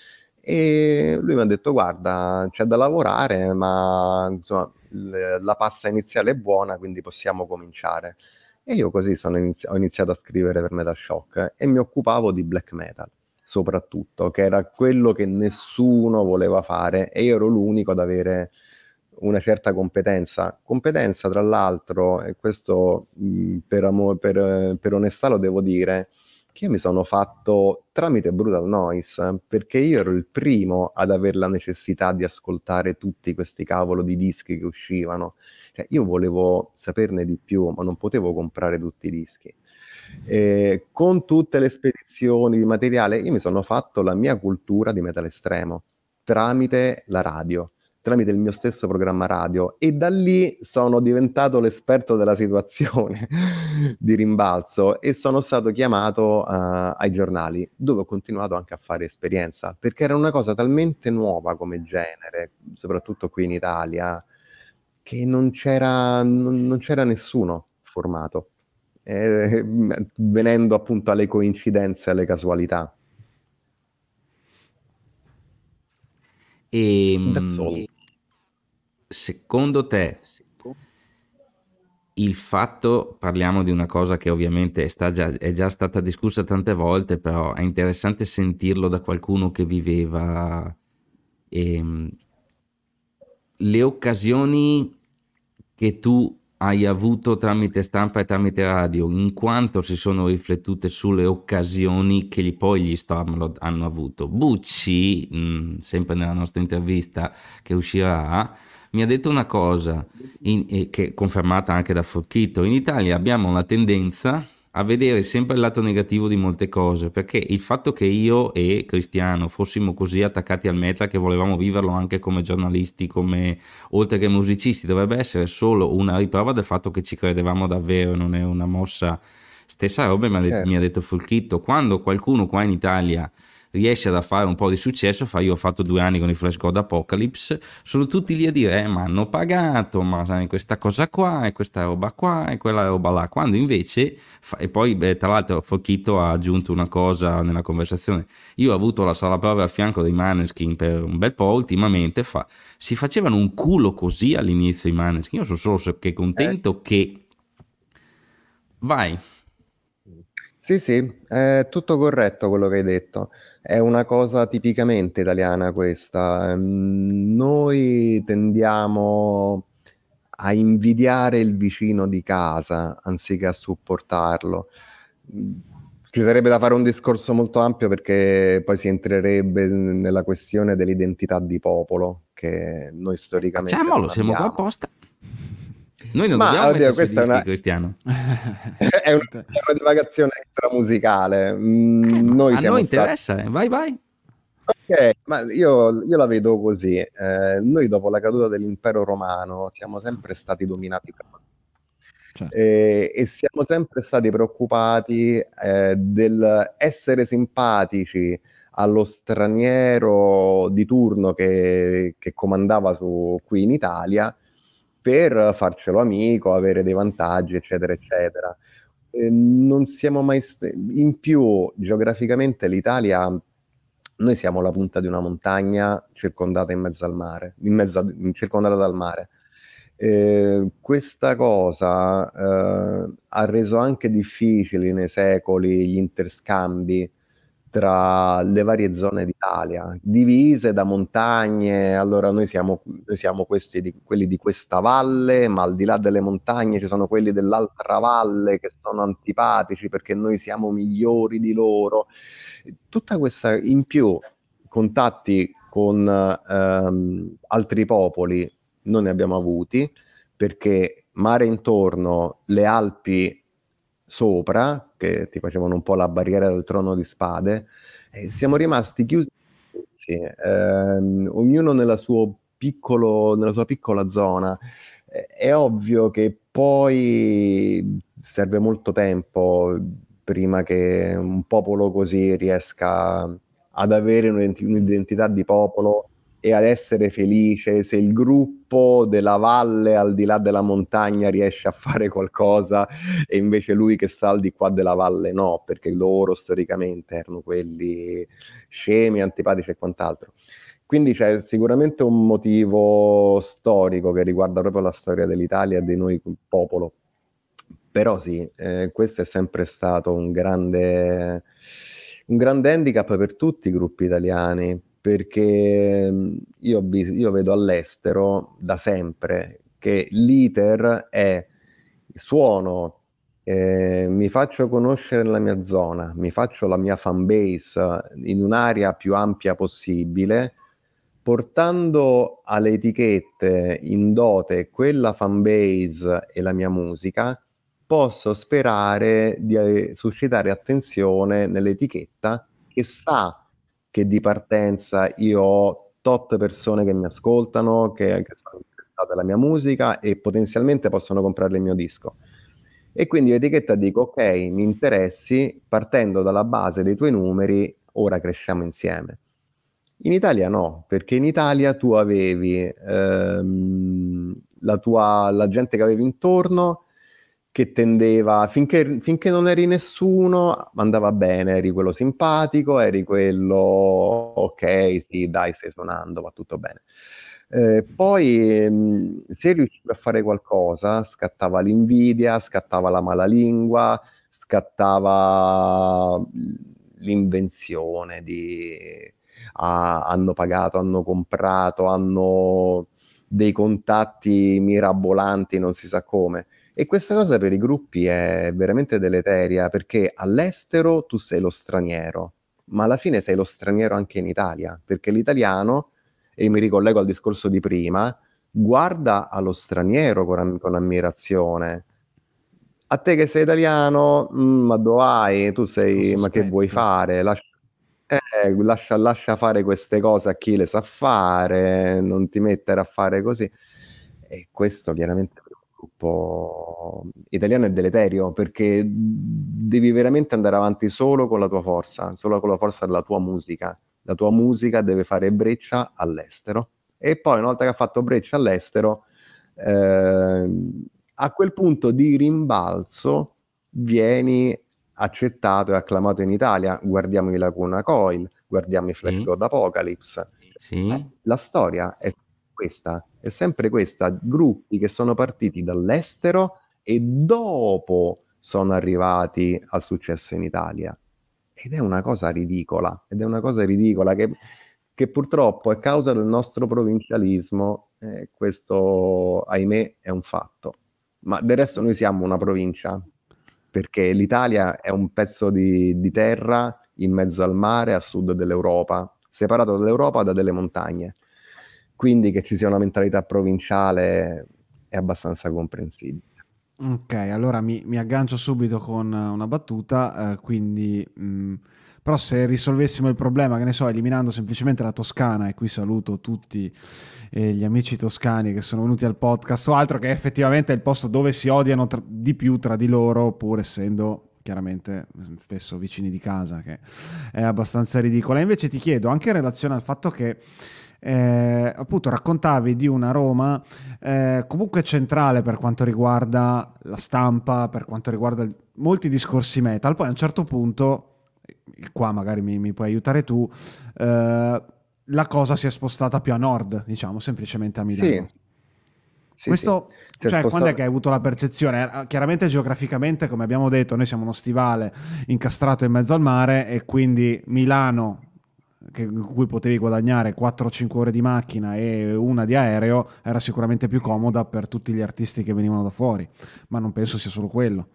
e lui mi ha detto: guarda, c'è da lavorare, ma insomma, l- la passa iniziale è buona, quindi possiamo cominciare. E io così sono inizi- ho iniziato a scrivere per Metashock e mi occupavo di black metal, soprattutto, che era quello che nessuno voleva fare e io ero l'unico ad avere una certa competenza. Competenza, tra l'altro, e questo mh, per, amo- per, eh, per onestà lo devo dire, che io mi sono fatto tramite Brutal Noise, perché io ero il primo ad avere la necessità di ascoltare tutti questi cavolo di dischi che uscivano. Cioè, io volevo saperne di più, ma non potevo comprare tutti i dischi. E con tutte le spedizioni di materiale, io mi sono fatto la mia cultura di metal estremo tramite la radio, tramite il mio stesso programma radio, e da lì sono diventato l'esperto della situazione di rimbalzo e sono stato chiamato uh, ai giornali, dove ho continuato anche a fare esperienza, perché era una cosa talmente nuova come genere, soprattutto qui in Italia, che non c'era, non, non c'era nessuno formato, eh, venendo appunto alle coincidenze e alle casualità. E That's mh, all. secondo te il fatto, parliamo di una cosa che ovviamente è, sta già, è già stata discussa tante volte, però è interessante sentirlo da qualcuno che viveva ehm, le occasioni che tu hai avuto tramite stampa e tramite radio, in quanto si sono riflettute sulle occasioni che gli- poi gli Storm hanno avuto. Bucci, mh, sempre nella nostra intervista che uscirà, mi ha detto una cosa in- e che è confermata anche da Forchito. In Italia abbiamo la tendenza a vedere sempre il lato negativo di molte cose, perché il fatto che io e Cristiano fossimo così attaccati al metal che volevamo viverlo anche come giornalisti, come oltre che musicisti, dovrebbe essere solo una riprova del fatto che ci credevamo davvero, non è una mossa. Stessa roba mi ha, det- mi ha Certo. detto Fulchitto, quando qualcuno qua in Italia riesce ad fare un po' di successo, fa, io ho fatto due anni con i Flash God Apocalypse, sono tutti lì a dire eh, ma hanno pagato, ma sai, questa cosa qua e questa roba qua e quella roba là, quando invece fa- e poi beh, tra l'altro Fulchitto ha aggiunto una cosa nella conversazione: io ho avuto la sala prove a fianco dei Maneskin per un bel po' ultimamente, fa, si facevano un culo così all'inizio i Maneskin, io sono solo so- che Eh, contento che vai. Sì, sì, è tutto corretto quello che hai detto. È una cosa tipicamente italiana questa. Ehm, Noi tendiamo a invidiare il vicino di casa anziché a supportarlo. Mm, Ci sarebbe da fare un discorso molto ampio, perché poi si entrerebbe nella questione dell'identità di popolo che noi storicamente Facciamolo, non siamo qua abbiamo. apposta. Noi non Ma dobbiamo oddio, mettere sui questa è dischi, una, Cristiano. è una, è una divagazione extramusicale. Eh, Mm, ma Noi a noi siamo stati. interessa, eh. Vai, vai. Ok, ma io, io la vedo così. Eh, noi dopo la caduta dell'impero romano siamo sempre stati dominati da Certo. e, e siamo sempre stati preoccupati eh, del essere simpatici allo straniero di turno che, che comandava su, qui in Italia, per farcelo amico, avere dei vantaggi, eccetera, eccetera. Eh, non siamo mai st- in più, geograficamente l'Italia, noi siamo la punta di una montagna circondata in mezzo al mare, in mezzo a- circondata dal mare. Eh, questa cosa eh, ha reso anche difficili nei secoli gli interscambi tra le varie zone d'Italia, divise da montagne. Allora noi siamo, noi siamo questi di, quelli di questa valle, ma al di là delle montagne ci sono quelli dell'altra valle che sono antipatici perché noi siamo migliori di loro. Tutta questa, in più, contatti con ehm, altri popoli non ne abbiamo avuti, perché mare intorno, le Alpi sopra, che ti facevano un po' la barriera del Trono di Spade, e siamo rimasti chiusi, sì, ehm, ognuno nella, suo piccolo, nella sua piccola zona. Eh, È ovvio che poi serve molto tempo prima che un popolo così riesca ad avere un'identi- un'identità di popolo e ad essere felice. Se il gruppo della valle al di là della montagna riesce a fare qualcosa e invece lui che sta al di qua della valle no, perché loro storicamente erano quelli scemi, antipatici e quant'altro. Quindi c'è sicuramente un motivo storico che riguarda proprio la storia dell'Italia e di noi popolo. Però sì, eh, questo è sempre stato un grande, un grande handicap per tutti i gruppi italiani, perché mh, io, bis- io vedo all'estero da sempre che l'iter è suono, eh, mi faccio conoscere la mia zona, mi faccio la mia fan base in un'area più ampia possibile, portando alle etichette in dote quella fan base e la mia musica, posso sperare di eh, suscitare attenzione nell'etichetta che sa che di partenza io ho tot persone che mi ascoltano, che, che sono interessate alla mia musica e potenzialmente possono comprare il mio disco. E quindi l'etichetta dico, ok, mi interessi, partendo dalla base dei tuoi numeri, ora cresciamo insieme. In Italia no, perché in Italia tu avevi ehm, la tua, la gente che avevi intorno che tendeva, finché, finché non eri nessuno, andava bene, eri quello simpatico, eri quello, ok, sì, dai, stai suonando, va tutto bene. Eh, poi mh, se riuscivi a fare qualcosa, scattava l'invidia, scattava la malalingua, scattava l'invenzione di ah, hanno pagato, hanno comprato, hanno dei contatti mirabolanti, non si sa come. E questa cosa per i gruppi è veramente deleteria, perché all'estero tu sei lo straniero, ma alla fine sei lo straniero anche in Italia, perché l'italiano, e mi ricollego al discorso di prima, guarda allo straniero con, am- con ammirazione. A te che sei italiano, "Mm, ma dove vai? Tu Lo sei, ma che vuoi sospetto. fare? Lascia, eh, lascia, lascia fare queste cose a chi le sa fare, non ti mettere a fare così." E questo chiaramente per un gruppo italiano è deleterio, perché devi veramente andare avanti solo con la tua forza, solo con la forza della tua musica. La tua musica deve fare breccia all'estero. E poi, una volta che ha fatto breccia all'estero, ehm, a quel punto di rimbalzo vieni accettato e acclamato in Italia. Guardiamo i Lacuna Coil, guardiamo i Flash Sì, God Apocalypse. sì. Eh, la storia è questa, è sempre questa, gruppi che sono partiti dall'estero e dopo sono arrivati al successo in Italia. Ed è una cosa ridicola, ed è una cosa ridicola che, che purtroppo è causa del nostro provincialismo, eh, questo ahimè è un fatto. Ma del resto noi siamo una provincia, perché l'Italia è un pezzo di, di terra in mezzo al mare a sud dell'Europa, separato dall'Europa da delle montagne. Quindi che ci sia una mentalità provinciale è abbastanza comprensibile. Ok, allora mi, mi aggancio subito con una battuta, eh, quindi, mh, però se risolvessimo il problema, che ne so, eliminando semplicemente la Toscana, e qui saluto tutti eh, gli amici toscani che sono venuti al podcast o altro, che effettivamente è il posto dove si odiano tra- di più tra di loro, pur essendo chiaramente spesso vicini di casa, che è abbastanza ridicola. Invece ti chiedo, anche in relazione al fatto che eh, appunto raccontavi di una Roma eh, comunque centrale per quanto riguarda la stampa, per quanto riguarda il- molti discorsi metal. Poi a un certo punto, e qua magari mi, mi puoi aiutare tu, eh, la cosa si è spostata più a nord, diciamo, semplicemente a Sì, Milano. Sì, Questo, sì. cioè, Spostato... quando è che hai avuto la percezione? Chiaramente geograficamente, come abbiamo detto, noi siamo uno stivale incastrato in mezzo al mare e quindi Milano, che, in cui potevi guadagnare quattro cinque ore di macchina e una di aereo, era sicuramente più comoda per tutti gli artisti che venivano da fuori, ma non penso sia solo quello.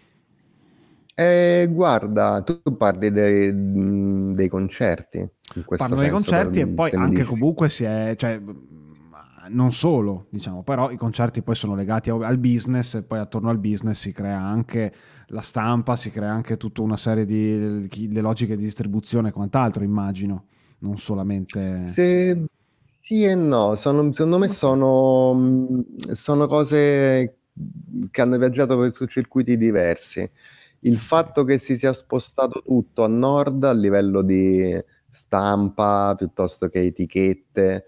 Eh, guarda, tu parli dei, dei concerti, in questo Parlano dei senso, per- concerti e poi se mi anche dici. comunque si è, cioè, non solo, diciamo, però i concerti poi sono legati a- al business e poi attorno al business si crea anche la stampa, si crea anche tutta una serie di chi- le logiche di distribuzione e quant'altro, immagino, non solamente... Se sì e no, sono- secondo me Ok, sono, mh, sono cose che hanno viaggiato per- su circuiti diversi. Il ok. fatto che si sia spostato tutto a nord a livello di stampa piuttosto che etichette,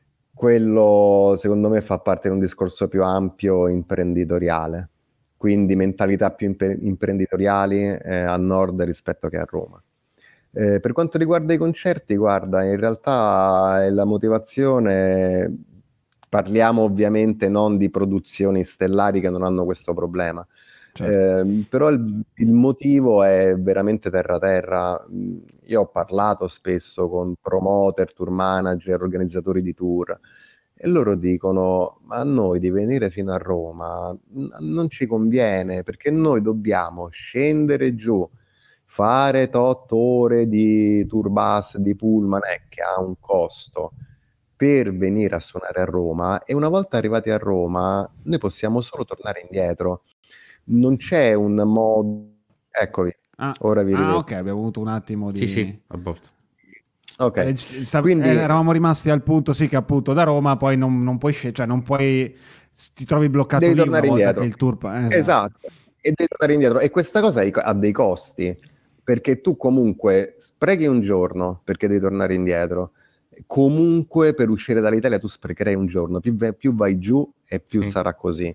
quello secondo me fa parte di un discorso più ampio imprenditoriale, quindi mentalità più impe- imprenditoriali eh, a nord rispetto che a Roma. Eh, per quanto riguarda i concerti, guarda, in realtà eh, la motivazione, parliamo ovviamente non di produzioni stellari che non hanno questo problema, Certo. eh, però il, il motivo è veramente terra-terra. Mm, Io ho parlato spesso con promoter, tour manager, organizzatori di tour e loro dicono: ma a noi di venire fino a Roma n- non ci conviene perché noi dobbiamo scendere giù, fare tot ore di tour bus, di pullman, eh, che ha un costo per venire a suonare a Roma, e una volta arrivati a Roma noi possiamo solo tornare indietro. Non c'è un modo. Eccovi, Ah, ora vi ah, rivedo. ok, abbiamo avuto un attimo Sì, di... sì, a posto. Ok, eh, ci- sta- eh, quindi eravamo rimasti al punto, sì, che appunto da Roma poi non, non puoi scendere, cioè non puoi... ti trovi bloccato devi lì una tornare volta che indietro. il tour... pa- eh, esatto. Esatto, e devi tornare indietro. E questa cosa ha ha dei costi, perché tu comunque sprechi un giorno perché devi tornare indietro. Comunque per uscire dall'Italia tu sprecherai un giorno, più, ve- più vai giù e più Sì. sarà così.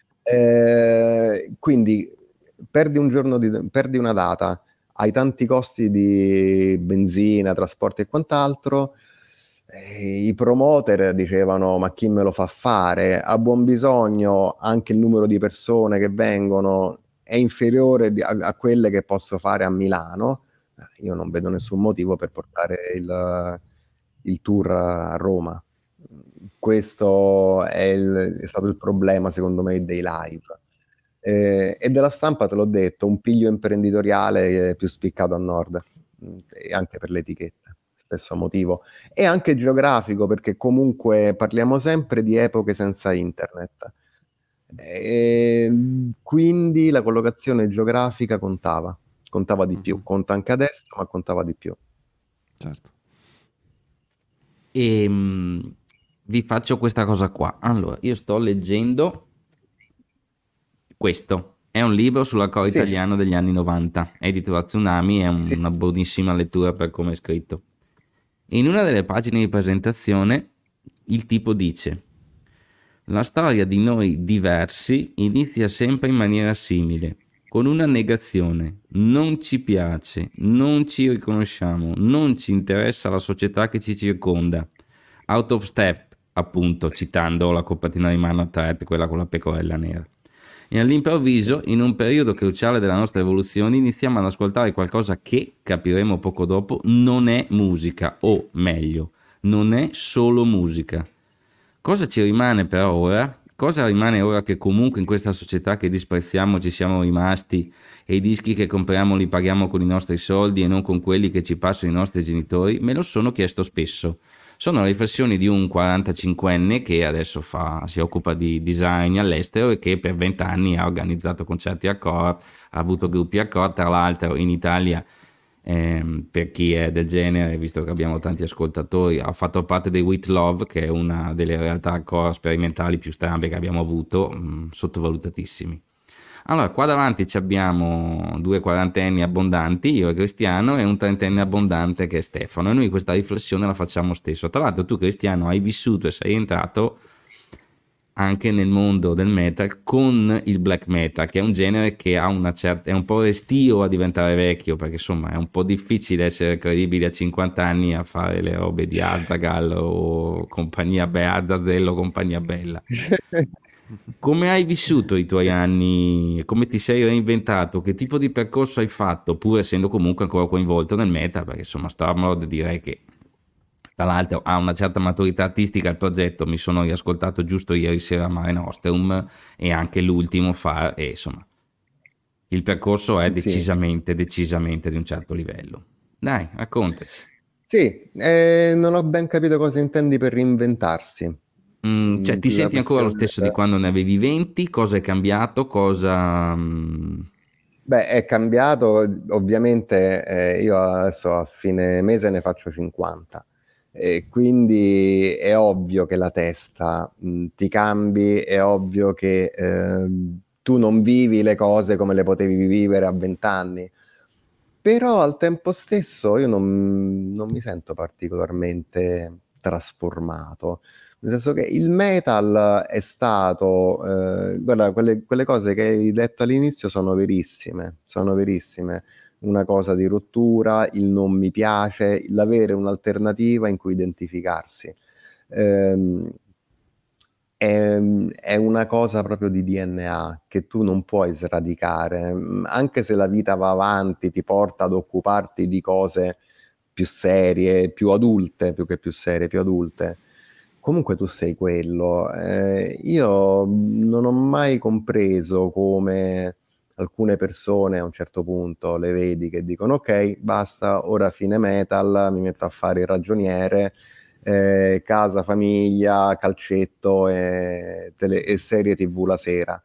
Eh, quindi perdi un giorno di, perdi una data, hai tanti costi di benzina, trasporti e quant'altro. Eh, I promoter dicevano: ma chi me lo fa fare? A buon bisogno anche il numero di persone che vengono è inferiore di- a, a quelle che posso fare a Milano. Eh, Io non vedo nessun motivo per portare il, il tour a Roma. Questo è, il- è stato il problema, secondo me, dei live. Eh, e della stampa, te l'ho detto, un piglio imprenditoriale eh, più spiccato a nord, mm, e anche per le etichette, stesso motivo. E anche geografico, perché comunque parliamo sempre di epoche senza internet. E quindi la collocazione geografica contava, contava di più, Mhm, conta anche adesso, ma contava di più. certo. E mh, vi faccio questa cosa qua. Allora, io sto leggendo questo. È un libro sull'accordo Sì, italiano degli anni novanta, edito da Tsunami, è sì. una buonissima lettura per come è scritto. In una delle pagine di presentazione il tipo dice: la storia di noi diversi inizia sempre in maniera simile, con una negazione. Non ci piace, non ci riconosciamo, non ci interessa la società che ci circonda. Out of step, appunto, citando la copertina di Mano Ted, quella con la pecorella nera. E all'improvviso, in un periodo cruciale della nostra evoluzione, iniziamo ad ascoltare qualcosa che, capiremo poco dopo, non è musica, o meglio, non è solo musica. Cosa ci rimane però ora? Cosa rimane ora che comunque in questa società che disprezziamo ci siamo rimasti e i dischi che compriamo li paghiamo con i nostri soldi e non con quelli che ci passano i nostri genitori? Me lo sono chiesto spesso. Sono le riflessioni di un quarantacinquenne che adesso fa, si occupa di design all'estero e che per vent'anni ha organizzato concerti a core, ha avuto gruppi a core, tra l'altro in Italia, ehm, per chi è del genere, visto che abbiamo tanti ascoltatori, ha fatto parte dei With Love, che è una delle realtà core sperimentali più strambe che abbiamo avuto, mh, sottovalutatissimi. Allora, qua davanti ci abbiamo due quarantenni abbondanti, io e Cristiano, e un trentenne abbondante che è Stefano, e noi questa riflessione la facciamo stesso. Tra l'altro tu, Cristiano, hai vissuto e sei entrato anche nel mondo del metal con il black metal, che è un genere che ha una certa, è un po' restio a diventare vecchio, perché insomma è un po' difficile essere credibili a cinquanta anni a fare le robe di Azaghal o compagnia Be- Azazel o compagnia bella. Come hai vissuto i tuoi anni? Come ti sei reinventato? Che tipo di percorso hai fatto, pur essendo comunque ancora coinvolto nel metal? Perché insomma Stormlord direi che tra l'altro ha una certa maturità artistica il progetto. Mi sono riascoltato giusto ieri sera Mare Nostrum e anche l'ultimo fa, e insomma il percorso è Sì, decisamente, decisamente di un certo livello. Dai, raccontaci. sì, eh, non ho ben capito cosa intendi per reinventarsi. Mm, cioè, Mm, ti la senti ancora lo questione stesso di del... quando ne avevi venti? Cosa è cambiato? Cosa... mm, Beh, è cambiato, ovviamente eh, io adesso a fine mese ne faccio cinquanta, e quindi è ovvio che la testa mh, ti cambi, è ovvio che ehm, tu non vivi le cose come le potevi vivere a venti anni, però al tempo stesso io non, non mi sento particolarmente trasformato. Nel senso che il metal è stato, eh, guarda, quelle, quelle cose che hai detto all'inizio sono verissime, sono verissime. Una cosa di rottura, il non mi piace, l'avere un'alternativa in cui identificarsi. Ehm, è, è una cosa proprio di D N A che tu non puoi sradicare, Mm, anche se la vita va avanti, ti porta ad occuparti di cose più serie, più adulte, più che più serie, più adulte. Comunque tu sei quello. Eh, io non ho mai compreso come alcune persone a un certo punto le vedi che dicono ok, basta, ora fine metal, mi metto a fare il ragioniere, eh, casa, famiglia, calcetto e, tele- e serie T V la sera.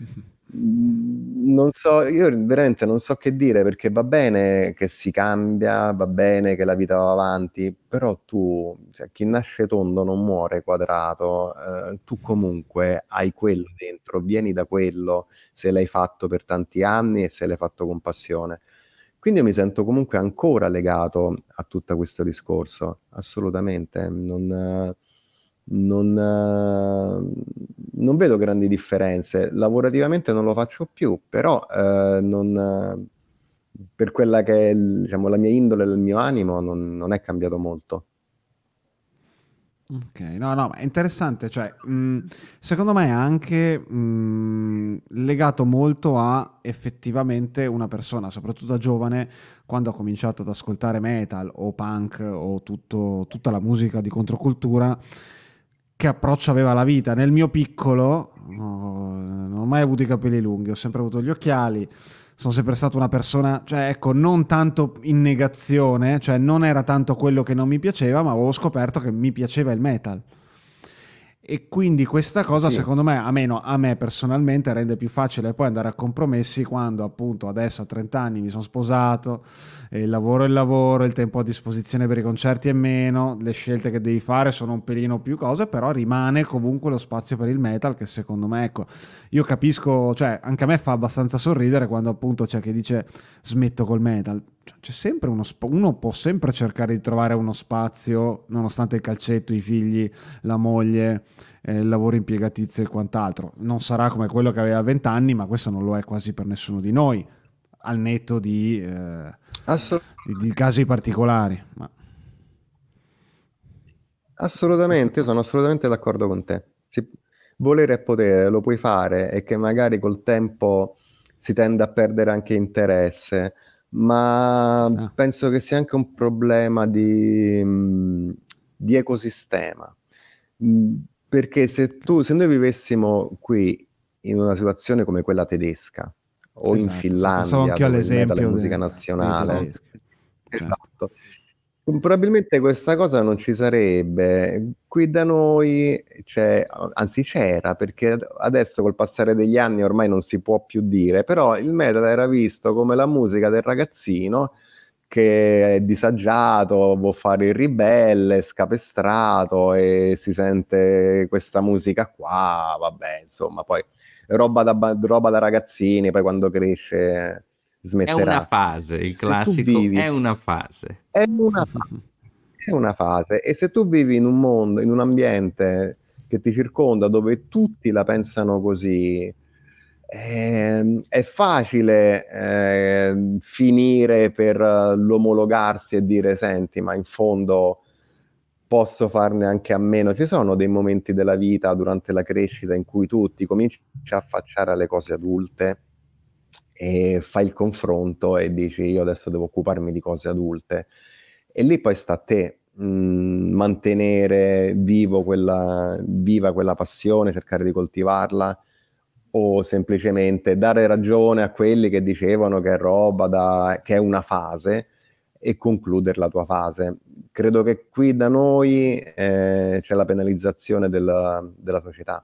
Mm, Non so, io veramente non so che dire perché va bene che si cambia, va bene che la vita va avanti, però tu, cioè, chi nasce tondo non muore quadrato, eh, tu comunque hai quello dentro, vieni da quello se l'hai fatto per tanti anni e se l'hai fatto con passione. Quindi io mi sento comunque ancora legato a tutto questo discorso, assolutamente. Non, eh, non, eh, non vedo grandi differenze. Lavorativamente non lo faccio più, però eh, non, eh, per quella che è il- diciamo, la mia indole, il mio animo, non, non è cambiato molto. Ok, no, no, ma è interessante, cioè, mh, secondo me è anche mh, legato molto a effettivamente una persona, soprattutto da giovane, quando ha cominciato ad ascoltare metal o punk o tutto- tutta la musica di controcultura, che approccio aveva alla vita. Nel mio piccolo, oh, non ho mai avuto i capelli lunghi, ho sempre avuto gli occhiali, sono sempre stata una persona, cioè ecco, non tanto in negazione, cioè non era tanto quello che non mi piaceva, ma avevo scoperto che mi piaceva il metal. E quindi questa cosa, Sì, secondo me, a me, no, a me personalmente rende più facile poi andare a compromessi quando appunto adesso a trenta anni mi sono sposato, e il lavoro è il lavoro, il tempo a disposizione per i concerti è meno, le scelte che devi fare sono un pelino più cose, però rimane comunque lo spazio per il metal che secondo me, ecco, io capisco, cioè anche a me fa abbastanza sorridere quando appunto c'è chi dice smetto col metal. Cioè, c'è sempre uno sp- uno può sempre cercare di trovare uno spazio nonostante il calcetto, i figli, la moglie, eh, il lavoro impiegatizio e quant'altro. Non sarà come quello che aveva a venti anni, ma questo non lo è quasi per nessuno di noi, al netto di, eh, assolutamente. di- di casi particolari. Ma questo Assolutamente, io qua. sono assolutamente d'accordo con te. Si- volere è potere, lo puoi fare e che magari col tempo si tende a perdere anche interesse, Ci ma sta. penso che sia anche un problema di, mh, di ecosistema. Mh, Perché se tu, se noi vivessimo qui in una situazione come quella tedesca o in Esatto, sì, pensavo Finlandia, anche dove il metal è all'esempio musica de- dei nazionale, tedeschi. Certo. esatto. Probabilmente questa cosa non ci sarebbe. Qui da noi c'è, anzi c'era, perché adesso col passare degli anni ormai non si può più dire, però il metal era visto come la musica del ragazzino che è disagiato, vuol fare il ribelle, scapestrato e si sente questa musica qua, vabbè, insomma, poi roba da, ba- roba da ragazzini, poi quando cresce È una smetterà. fase, il Se tu classico è vivi una fase. è una, fa- è una fase e se tu vivi in un mondo, in un ambiente che ti circonda dove tutti la pensano così, ehm, è facile ehm, finire per eh, l'omologarsi e dire, senti, ma in fondo posso farne anche a meno. Ci sono dei momenti della vita durante la crescita in cui tu ti cominci a affacciare alle cose adulte e fai il confronto e dici io adesso devo occuparmi di cose adulte, e lì poi sta a te mh, mantenere vivo quella, viva quella passione, cercare di coltivarla, o semplicemente dare ragione a quelli che dicevano che è roba da, che è una fase, e concludere la tua fase. Credo che qui da noi eh, c'è la penalizzazione della, della società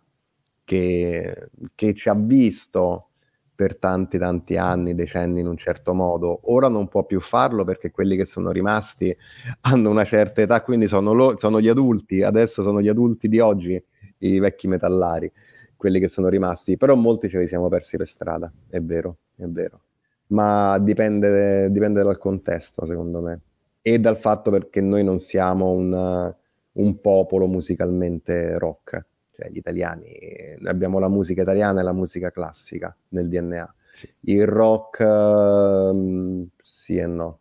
che, che ci ha visto per tanti tanti anni, decenni in un certo modo. Ora non può più farlo perché quelli che sono rimasti hanno una certa età, quindi sono, lo, sono gli adulti, adesso sono gli adulti di oggi, i vecchi metallari, quelli che sono rimasti, però molti ce li siamo persi per strada, è vero, è vero. Ma dipende, dipende dal contesto, secondo me, e dal fatto perché noi non siamo un, un popolo musicalmente rock. Cioè, gli italiani, noi abbiamo la musica italiana e la musica classica nel D N A. Sì. Il rock, uh, sì e no.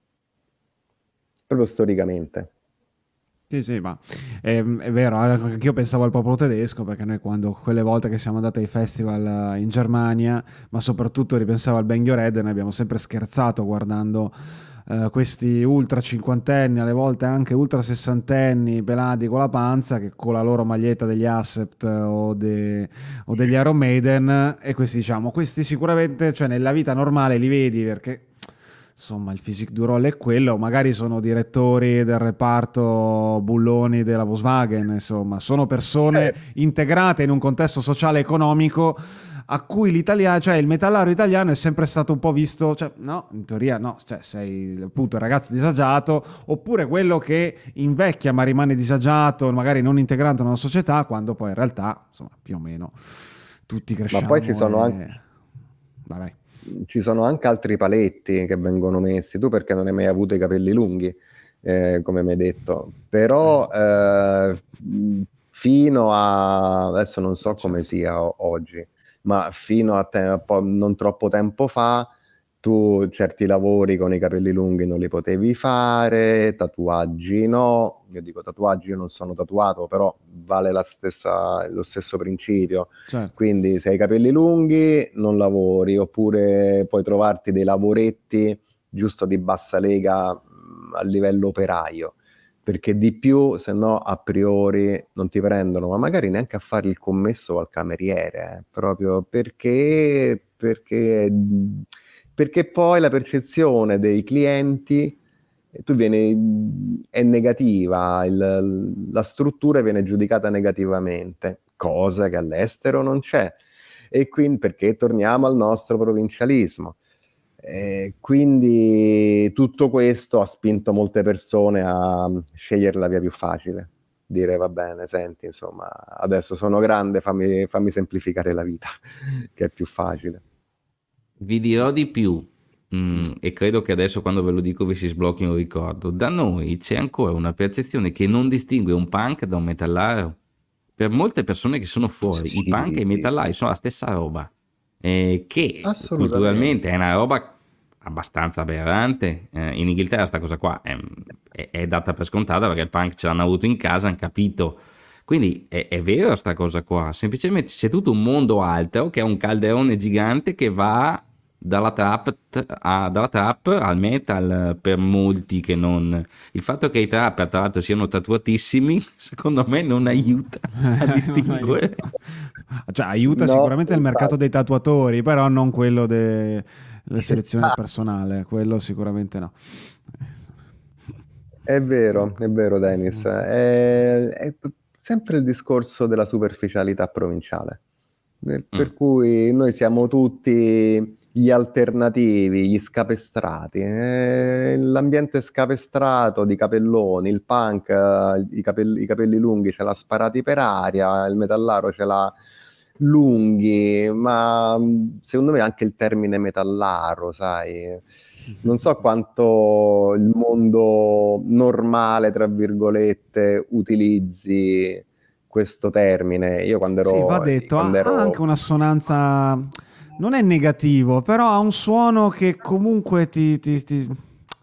Proprio storicamente. Sì, sì, ma è, è vero, anche io pensavo al popolo tedesco, perché noi quando quelle volte che siamo andati ai festival in Germania, ma soprattutto ripensavo al Bang Your Head, ne abbiamo sempre scherzato guardando eh, questi ultra cinquantenni, alle volte anche ultra sessantenni, pelati con la panza, che con la loro maglietta degli Accept o, de, o degli Iron Maiden, e questi diciamo, questi sicuramente, cioè nella vita normale li vedi perché insomma il physique du role è quello, magari sono direttori del reparto bulloni della Volkswagen, insomma sono persone Eh, integrate in un contesto sociale e economico a cui l'italiano, cioè il metallaro italiano è sempre stato un po' visto, cioè no, in teoria no, cioè sei appunto il ragazzo disagiato, oppure quello che invecchia ma rimane disagiato, magari non integrato nella società, quando poi in realtà, insomma, più o meno tutti ma cresciamo poi ci sono anche... e... Vabbè. Ci sono anche altri paletti che vengono messi. Tu perché non hai mai avuto i capelli lunghi, eh, come mi hai detto, però eh, fino a adesso non so come Certo. sia o- oggi, ma fino a, te- a po- non troppo tempo fa tu certi lavori con i capelli lunghi non li potevi fare, tatuaggi no. Io dico tatuaggi, io non sono tatuato, però vale la stessa, lo stesso principio. Certo. Quindi se hai i capelli lunghi non lavori, oppure puoi trovarti dei lavoretti giusto di bassa lega mh, a livello operaio, perché di più, se no, a priori non ti prendono, ma magari neanche a fare il commesso o al cameriere, eh, proprio perché, perché, perché poi la percezione dei clienti tu viene, è negativa, il- la struttura viene giudicata negativamente, cosa che all'estero non c'è. E quindi perché torniamo al nostro provincialismo. Eh, quindi tutto questo ha spinto molte persone a scegliere la via più facile, dire va bene, senti, insomma, adesso sono grande, fammi, fammi semplificare la vita, che è più facile. Vi dirò di più, mm, e credo che adesso quando ve lo dico vi si sblocchi un ricordo. Da noi c'è ancora una percezione che non distingue un punk da un metallaro. Per molte persone che sono fuori, i punk e i Sì, metallari sono la stessa roba, eh, che culturalmente assolutamente. è una roba abbastanza aberrante. Eh, in Inghilterra sta cosa qua è, è- è data per scontata perché il punk ce l'hanno avuto in casa, hanno capito. Quindi è, è vero sta cosa qua, semplicemente c'è tutto un mondo altro che è un calderone gigante che va dalla trap, a- dalla trap al metal per molti che non... Il fatto che i trapper tra l'altro siano tatuatissimi, secondo me non aiuta a Non aiuta. distinguere. Cioè, aiuta No, sicuramente il mercato infatti. dei tatuatori, però non quello della selezione del Esatto. personale, quello sicuramente no. È vero, Ecco. è vero, Dennis. È, è sempre il discorso della superficialità provinciale. Eh, Mm. Per cui noi siamo tutti gli alternativi, gli scapestrati. Eh, l'ambiente scapestrato di capelloni, il punk, eh, i capelli, i capelli lunghi ce l'ha sparati per aria, il metallaro ce l'ha lunghi, ma mh, secondo me anche il termine metallaro, sai, non so quanto il mondo normale, tra virgolette, utilizzi questo termine. Io quando Sì, va ero, detto, quando ha, ha anche ero una sonanza, non è negativo, però ha un suono che comunque ti, ti- ti-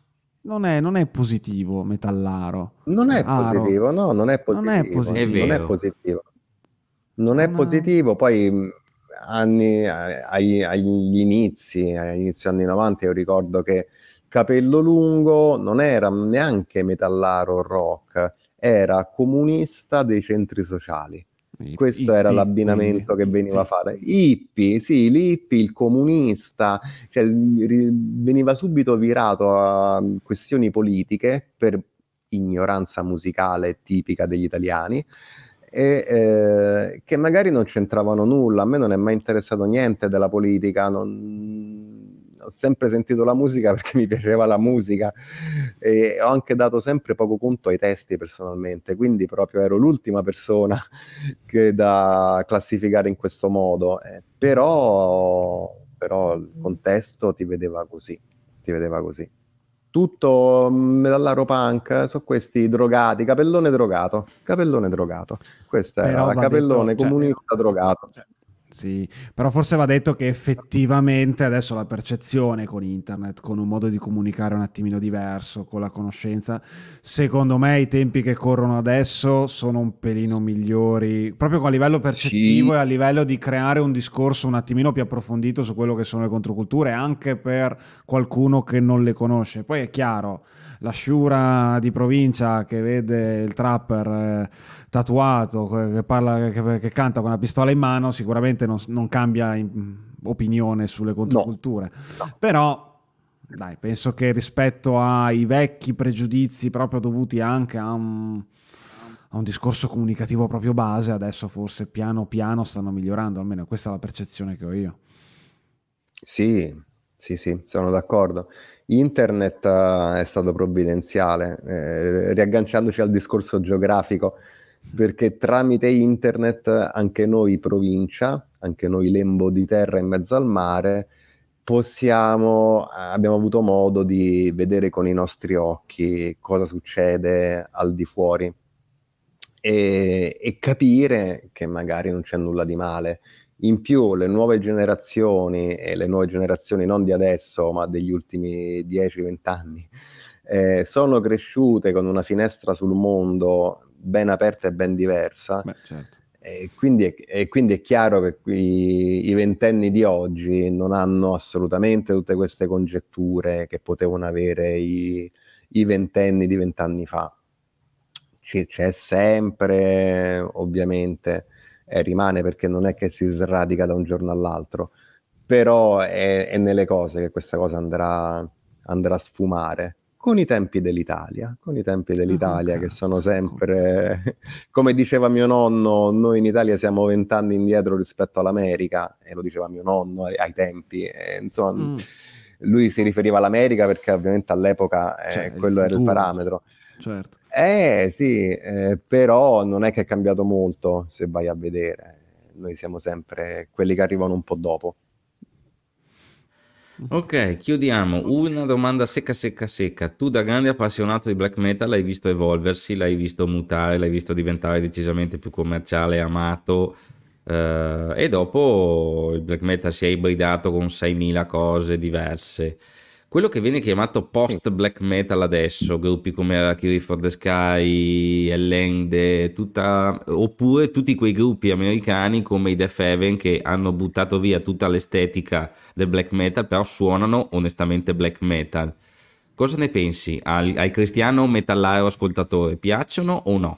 non è, non è positivo, metallaro. Non Cioè, è aro. positivo, no, non è Non è positivo, È positivo. non è vero. positivo. C'è Non è una... positivo, poi mh, anni, ai- agli inizi, all'inizio anni novanta, io ricordo che Capello Lungo non era neanche metallaro o rock, era comunista dei centri sociali. Questo era Hippie, quindi. l'abbinamento che veniva a Sì. fare. Hippie, sì, l'hippie, il comunista, cioè, ri- veniva subito virato a questioni politiche per ignoranza musicale tipica degli italiani e eh, che magari non c'entravano nulla. A me non è mai interessato niente della politica, non- ho sempre sentito la musica perché mi piaceva la musica e ho anche dato sempre poco conto ai testi personalmente, quindi proprio ero l'ultima persona che da classificare in questo modo, eh, però, però il contesto ti vedeva così, ti vedeva così. Tutto metallaro punk, sono questi drogati, capellone drogato, capellone drogato. Questo Però era va detto, capellone cioè, comunista drogato. sì, però forse va detto che effettivamente adesso la percezione con internet, con un modo di comunicare un attimino diverso, con la conoscenza, secondo me i tempi che corrono adesso sono un pelino migliori, proprio a livello Sì, percettivo e a livello di creare un discorso un attimino più approfondito su quello che sono le controculture, anche per qualcuno che non le conosce. Poi è chiaro, la sciura di provincia che vede il trapper eh, tatuato, che, parla, che, che canta con una pistola in mano, sicuramente non, non cambia in- opinione sulle no, controculture. no. Però, dai, penso che rispetto ai vecchi pregiudizi proprio dovuti anche a un, a un discorso comunicativo proprio base, adesso forse piano piano stanno migliorando, almeno questa è la percezione che ho io. Sì, sì, sì, sono d'accordo. Internet eh, è stato provvidenziale, eh, riagganciandoci al discorso geografico, perché tramite internet anche noi provincia, anche noi lembo di terra in mezzo al mare, possiamo, eh, abbiamo avuto modo di vedere con i nostri occhi cosa succede al di fuori e, e capire che magari non c'è nulla di male. In più, le nuove generazioni, e le nuove generazioni non di adesso, ma degli ultimi dieci venti anni, eh, sono cresciute con una finestra sul mondo ben aperta e ben diversa. Beh, certo. E quindi, è, e quindi è chiaro che i, i ventenni di oggi non hanno assolutamente tutte queste congetture che potevano avere i, i ventenni di vent'anni fa. Ci- c'è sempre, ovviamente, eh, rimane perché non è che si sradica da un giorno all'altro, però è, è nelle cose che questa cosa andrà, andrà a sfumare. Con i tempi dell'Italia, con i tempi Ah, con dell'Italia che sono calma, con sempre, come diceva mio nonno, noi in Italia siamo vent'anni indietro rispetto all'America, e lo diceva mio nonno ai, ai tempi, e, insomma, calma. Mm, lui si riferiva all'America perché ovviamente all'epoca cioè, eh, il quello era il futuro, parametro. certo. Eh sì, eh, però non è che è cambiato molto se vai a vedere. Noi siamo sempre quelli che arrivano un po' dopo. Ok, chiudiamo. Una domanda secca, secca, secca. Tu da grande appassionato di black metal l'hai visto evolversi, l'hai visto mutare, l'hai visto diventare decisamente più commerciale, amato, eh, e dopo il black metal si è ibridato con seimila cose diverse. Quello che viene chiamato Sì, post black metal adesso, gruppi come Harakiri for the Sky, Ellende, tutta, oppure tutti quei gruppi americani come i Death Heaven che hanno buttato via tutta l'estetica del black metal, però suonano onestamente black metal. Cosa ne pensi? Al, al cristiano metallaro ascoltatore piacciono o no?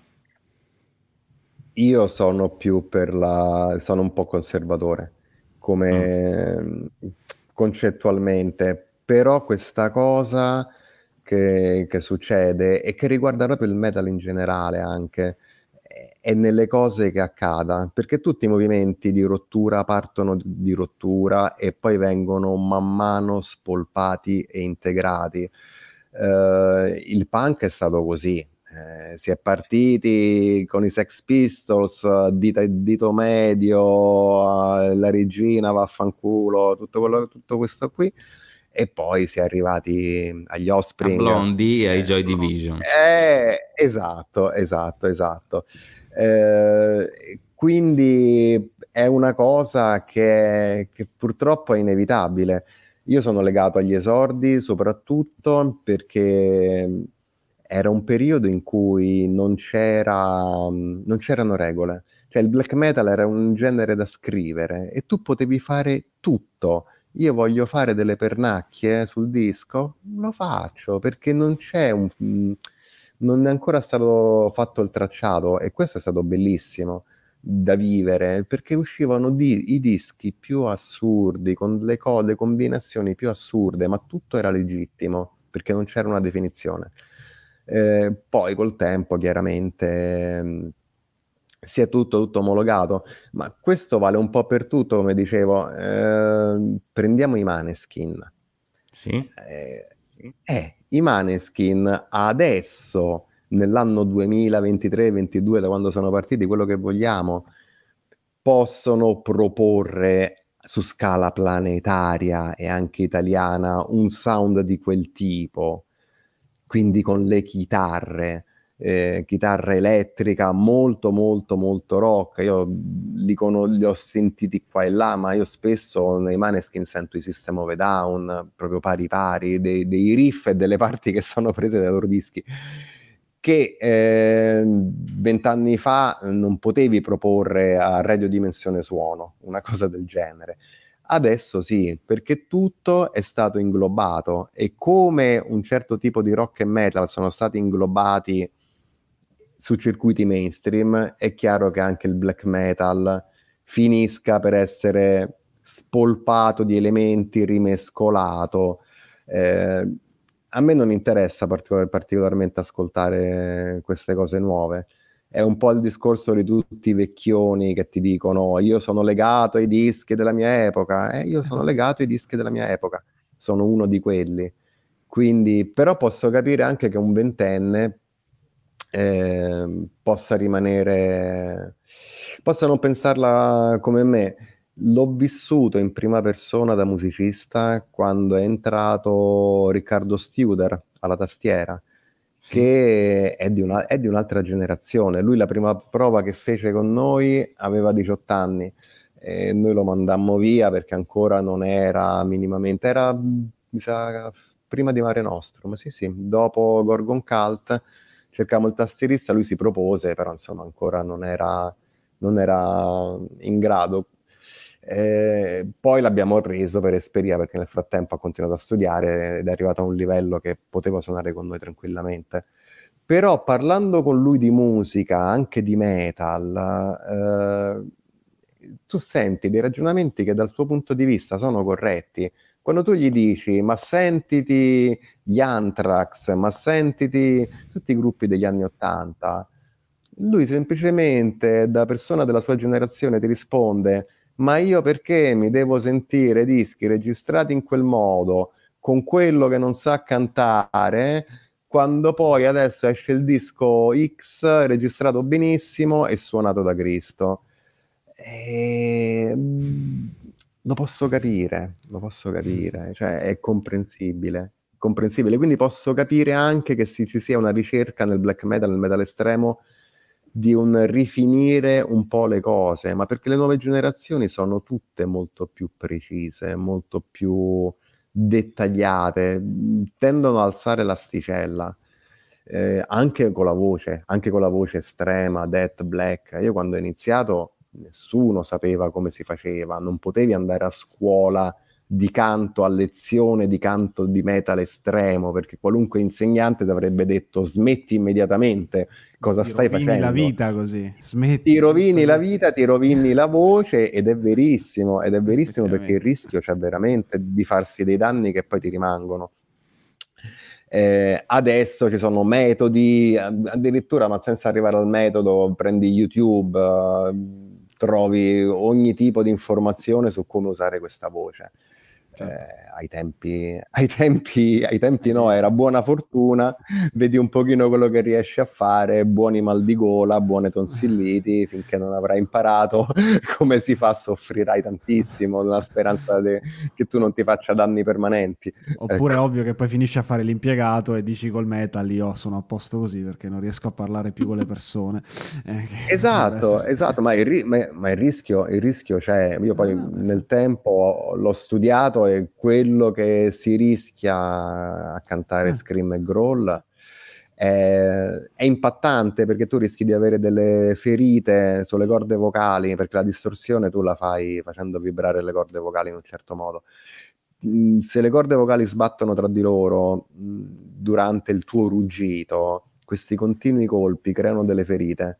io sono più per la... sono un po' conservatore Mm. come mm, concettualmente, però questa cosa che, che succede e che riguarda proprio il metal in generale anche, è è nelle cose che accada, perché tutti i movimenti di rottura partono di rottura e poi vengono man mano spolpati e integrati. Eh, il punk è stato così. Eh, si è partiti con i Sex Pistols, dita, dito medio, eh, la regina, vaffanculo, tutto, quello, tutto questo qui, e poi si è arrivati agli A Offspring. Blondie e ai Eh, Joy Division. eh, esatto, esatto, esatto. Eh, quindi è una cosa che, che purtroppo è inevitabile. Io sono legato agli esordi soprattutto perché era un periodo in cui non c'era, non c'erano regole. Cioè il black metal era un genere da scrivere e tu potevi fare tutto. Io voglio fare delle pernacchie sul disco, lo faccio perché non c'è un... non è ancora stato fatto il tracciato e questo è stato bellissimo da vivere perché uscivano di- i dischi più assurdi, con le, co- le combinazioni più assurde, ma tutto era legittimo perché non c'era una definizione. Eh, poi col tempo chiaramente ehm, si è tutto, tutto omologato, ma questo vale un po' per tutto, come dicevo. Eh, prendiamo i Maneskin. Sì? Eh, eh, i Maneskin adesso, nell'anno duemilaventitré ventidue, da quando sono partiti, quello che vogliamo, possono proporre su scala planetaria e anche italiana un sound di quel tipo, quindi con le chitarre, eh, chitarra elettrica molto molto molto rock. Io li, cono- li ho sentiti qua e là, ma io spesso nei Maneskin sento i System of a Down proprio pari pari, dei, dei riff e delle parti che sono prese dai loro dischi che eh, vent'anni fa non potevi proporre a Radio Dimensione Suono, una cosa del genere. Adesso sì, perché tutto è stato inglobato e come un certo tipo di rock e metal sono stati inglobati su circuiti mainstream, è chiaro che anche il black metal finisca per essere spolpato di elementi, rimescolato. Eh, a me non interessa particolar- particolarmente ascoltare queste cose nuove. È un po' il discorso di tutti i vecchioni che ti dicono io sono legato ai dischi della mia epoca, eh, io sono legato ai dischi della mia epoca, sono uno di quelli. Quindi, però posso capire anche che un ventenne eh, possa rimanere, possa non pensarla come me. L'ho vissuto in prima persona da musicista quando è entrato Riccardo Stiuder alla tastiera, Sì? che è di, una- è di un'altra generazione. Lui la prima prova che fece con noi aveva diciotto anni e noi lo mandammo via perché ancora non era minimamente, era mi sa, prima di Mare Nostrum, sì sì, dopo Gorgon Cult cercammo il tastierista, lui si propose, però insomma ancora non era, non era in grado. Eh, poi l'abbiamo preso per Esperia perché nel frattempo ha continuato a studiare ed è arrivato a un livello che poteva suonare con noi tranquillamente. Però parlando con lui di musica, anche di metal, eh, tu senti dei ragionamenti che dal tuo punto di vista sono corretti. Quando tu gli dici, ma sentiti gli Anthrax, ma sentiti tutti i gruppi degli anni Ottanta, lui semplicemente, da persona della sua generazione, ti risponde, ma io perché mi devo sentire dischi registrati in quel modo, con quello che non sa cantare, quando poi adesso esce il disco X, registrato benissimo e suonato da Cristo. E... Lo posso capire, lo posso capire, cioè è comprensibile, comprensibile. Quindi posso capire anche che si- ci sia una ricerca nel black metal, nel metal estremo, di un rifinire un po' le cose, ma perché le nuove generazioni sono tutte molto più precise, molto più dettagliate, tendono a alzare l'asticella. Eh, anche con la voce, anche con la voce estrema, death black. Io quando ho iniziato nessuno sapeva come si faceva, non potevi andare a scuola di canto a lezione di canto di metal estremo, perché qualunque insegnante ti avrebbe detto smetti immediatamente, cosa Ti stai rovini la facendo? vita così, Ti smetti tutto rovini la lì. vita, ti rovini la voce ed è verissimo, ed è verissimo perché il Effettivamente. rischio c'è veramente di farsi dei danni che poi ti rimangono. Eh, adesso ci sono metodi, addirittura, ma senza arrivare al metodo, prendi YouTube, eh, trovi ogni tipo di informazione su come usare questa voce. Eh, Certo. ai tempi, ai tempi, ai tempi no, Eh, era buona fortuna, vedi un pochino quello che riesci a fare, buoni mal di gola, buone tonsilliti, finché non avrai imparato come si fa, soffrirai tantissimo, nella speranza de- che tu non ti faccia danni permanenti. Oppure è Ecco. ovvio che poi finisci a fare l'impiegato e dici col metal io sono a posto così perché non riesco a parlare più con le persone. Eh, che potrebbe Esatto, essere. esatto, ma il, ri- ma- ma il rischio, il rischio c'è. Io Eh, poi no, beh, nel tempo l'ho studiato però è quello che si rischia a cantare Eh. scream e growl è, è impattante, perché tu rischi di avere delle ferite sulle corde vocali, perché la distorsione tu la fai facendo vibrare le corde vocali in un certo modo. Mm, Se le corde vocali sbattono tra di loro mm, durante il tuo ruggito, questi continui colpi creano delle ferite.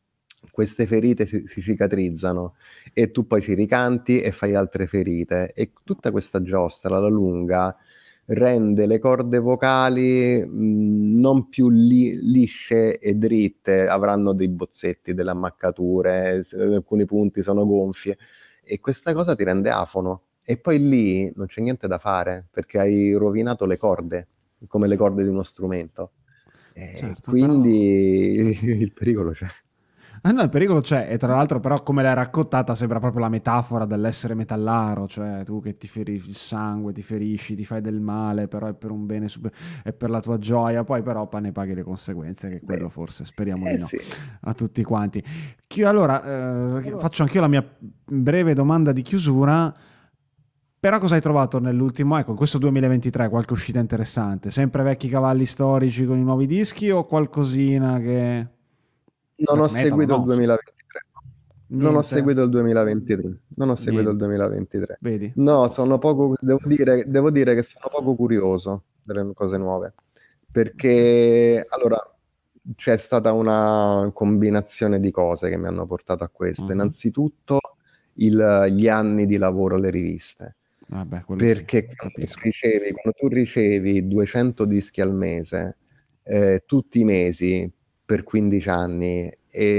Queste ferite si, si cicatrizzano e tu poi ci ricanti e fai altre ferite, e tutta questa giostra alla lunga rende le corde vocali mh, non più li- lisce e dritte, avranno dei bozzetti, delle ammaccature, se- alcuni punti sono gonfie, e questa cosa ti rende afono. E poi lì non c'è niente da fare, perché hai rovinato le corde, come le corde di uno strumento. E Certo, però... quindi il pericolo c'è. Ah, no, il pericolo c'è, e tra l'altro però come l'hai raccontata sembra proprio la metafora dell'essere metallaro, cioè tu che ti ferisci il sangue, ti ferisci, ti fai del male, però è per un bene, super- è per la tua gioia, poi però pa- ne paghi le conseguenze, che quello Beh, forse, speriamo di eh no, sì. a tutti quanti. Chi- allora, eh, faccio anch'io la mia breve domanda di chiusura, però cosa hai trovato nell'ultimo, ecco, in questo duemilaventitré, qualche uscita interessante? Sempre vecchi cavalli storici con i nuovi dischi o qualcosina che... Non ho Black metal o seguito il no? duemilaventitré. Non ho Niente? seguito il duemilaventitré. Non ho seguito il Niente. duemilaventitré. Vedi? A No, sono posto. poco, devo dire, devo dire che sono poco curioso delle cose nuove. Ok. Perché allora c'è stata una combinazione di cose che mi hanno portato a questo. Mhm. Innanzitutto il- gli anni di lavoro alle riviste. Vabbè, quello sì, Perché quando tu capisco. ricevi, quando tu ricevi duecento dischi al mese, eh, tutti i mesi per quindici anni,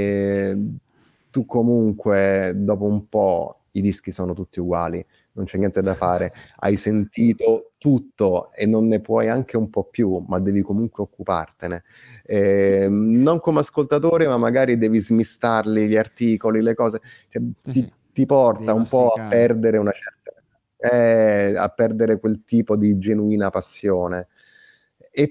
e tu comunque dopo un po' i dischi sono tutti uguali, non c'è niente da fare, hai sentito tutto e non ne puoi anche un po' più, ma devi comunque occupartene. Eh, non come ascoltatore, ma magari devi smistarli gli articoli, le cose, cioè, Sì, ti, sì, ti devi porta un po' a masticare. perdere una certa, eh, a perdere quel tipo di genuina passione. E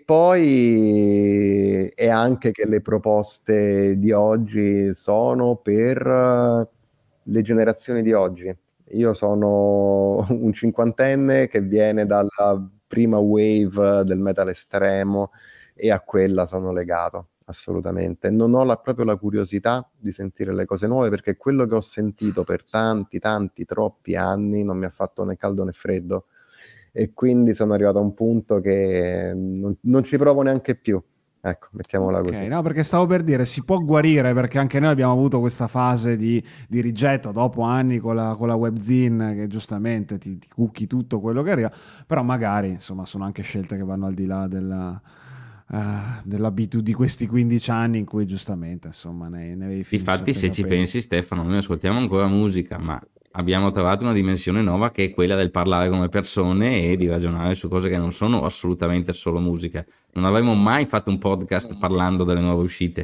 poi è anche che le proposte di oggi sono per eh, le generazioni di oggi. Io sono un cinquantenne che viene dalla prima wave del metal estremo, e a quella sono legato, assolutamente. Non ho la- proprio la curiosità di sentire le cose nuove, perché quello che ho sentito per tanti, tanti, troppi anni non mi ha fatto né caldo né freddo, e quindi sono arrivato a un punto che non, non ci provo neanche più. Ecco, mettiamola Ok, così. no, perché stavo per dire, si può guarire, perché anche noi abbiamo avuto questa fase di, di rigetto dopo anni con la, con la webzine, che giustamente ti, ti cucchi tutto quello che arriva, però magari, insomma, sono anche scelte che vanno al di là della, eh, dell'abitudine di questi quindici anni in cui giustamente, insomma, ne, ne avevi fini Difatti, sotto i se ci capelli. pensi, Stefano, noi ascoltiamo ancora musica, ma abbiamo trovato una dimensione nuova che è quella del parlare come persone e di ragionare su cose che non sono assolutamente solo musica. Non avremmo mai fatto un podcast parlando delle nuove uscite.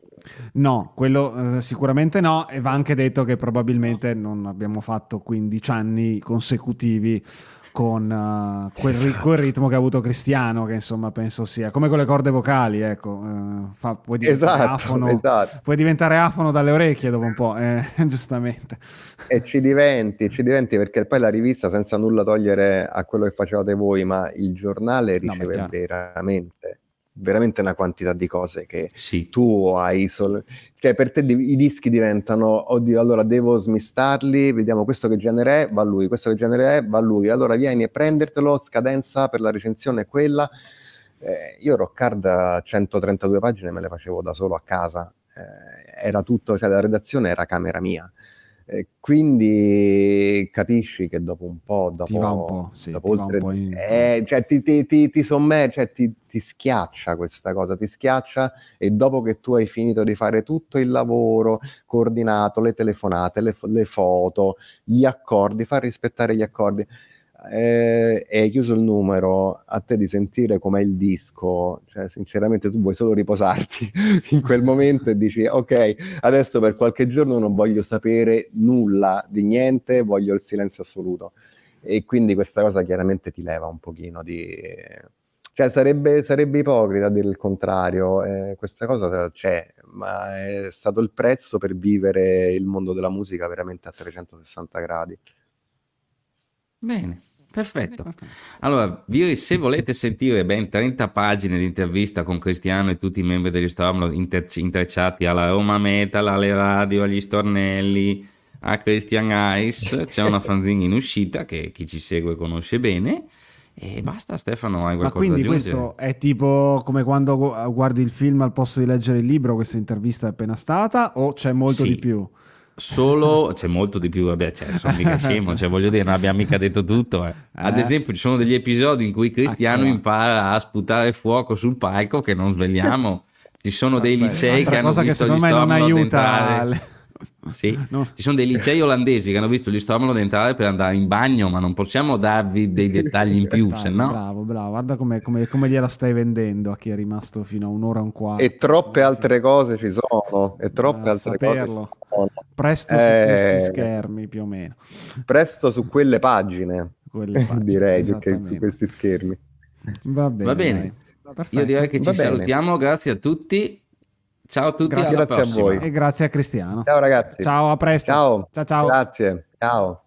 No, quello eh, sicuramente no, e va anche detto che probabilmente non abbiamo fatto quindici anni consecutivi con eh, quel, ri- quel Esatto, ritmo che ha avuto Cristiano, che insomma penso sia come con le corde vocali, ecco, eh, fa- puoi diventare esatto, afono, esatto. puoi diventare afono dalle orecchie dopo un po', eh, giustamente. E ci diventi, ci diventi, perché poi la rivista, senza nulla togliere a quello che facevate voi, ma il giornale No, beh, riceve chiaro. veramente, veramente una quantità di cose che Sì, tu hai solo... Cioè, per te di- i dischi diventano, oddio, allora devo smistarli, vediamo questo che genere è, va lui, questo che genere è, va lui, allora vieni a prendertelo, scadenza per la recensione è quella. Eh, io Rockard a centotrentadue pagine me le facevo da solo a casa. Eh, era tutto, cioè la redazione era camera mia. Eh, quindi capisci che dopo un po', Ti va un dopo, po', sì, dopo ti va un oltre, po' in... eh, cioè ti, ti, ti, ti sommerge, cioè ti, ti schiaccia questa cosa, ti schiaccia, e dopo che tu hai finito di fare tutto il lavoro coordinato, le telefonate, le, fo- le foto, gli accordi, far rispettare gli accordi, eh, e hai chiuso il numero, a te di sentire com'è il disco, cioè sinceramente tu vuoi solo riposarti in quel momento e dici ok, adesso per qualche giorno non voglio sapere nulla di niente, voglio il silenzio assoluto. E quindi questa cosa chiaramente ti leva un pochino di... Cioè sarebbe, sarebbe ipocrita dire il contrario, eh, questa cosa c'è, ma è stato il prezzo per vivere il mondo della musica veramente a trecentosessanta gradi. bene. Perfetto. Allora, vi- se volete sentire ben trenta pagine di intervista con Cristiano e tutti i membri degli Stormlord inter- intrecciati alla Roma Metal, alle radio, agli Stornelli, a Christian Ice, c'è una fanzine in uscita che chi ci segue conosce bene. E basta, Stefano, hai Ma qualcosa da quindi aggiungere? questo è tipo come quando gu- guardi il film al posto di leggere il libro, questa intervista è appena stata, o c'è molto Sì. di più? Solo c'è molto di più, vabbè, cioè, sono mica scemo, cioè, voglio dire, non abbiamo mica detto tutto. eh. Ad Eh. esempio, ci sono degli episodi in cui Cristiano Eccola. impara a sputare fuoco sul palco che non svegliamo. Ci sono dei Perfetto. licei Altra che hanno cosa che visto gli secondo me non Stormlord aiuta entrare. le- Sì, No. ci sono dei licei olandesi che hanno visto gli Stormlord entrare per andare in bagno, ma non possiamo darvi dei dettagli in più, Dai, se no. Bravo, bravo, guarda come, come, come gliela stai vendendo a chi è rimasto fino a un'ora e un quarto. E troppe altre cose ci sono, e troppe Ah, altre saperlo. cose ci sono. Presto Eh, su questi schermi, più o meno. Presto su quelle pagine, Quelle pagine, direi, più che su esattamente. questi schermi. Va bene. Va bene, dai. Perfetto. io direi che ci Va bene. salutiamo, grazie a tutti, ciao a tutti, Grazie. alla Grazie a prossima. voi. E grazie a Cristiano. Ciao ragazzi. Ciao, a presto. Ciao. Ciao, ciao. Grazie. Ciao.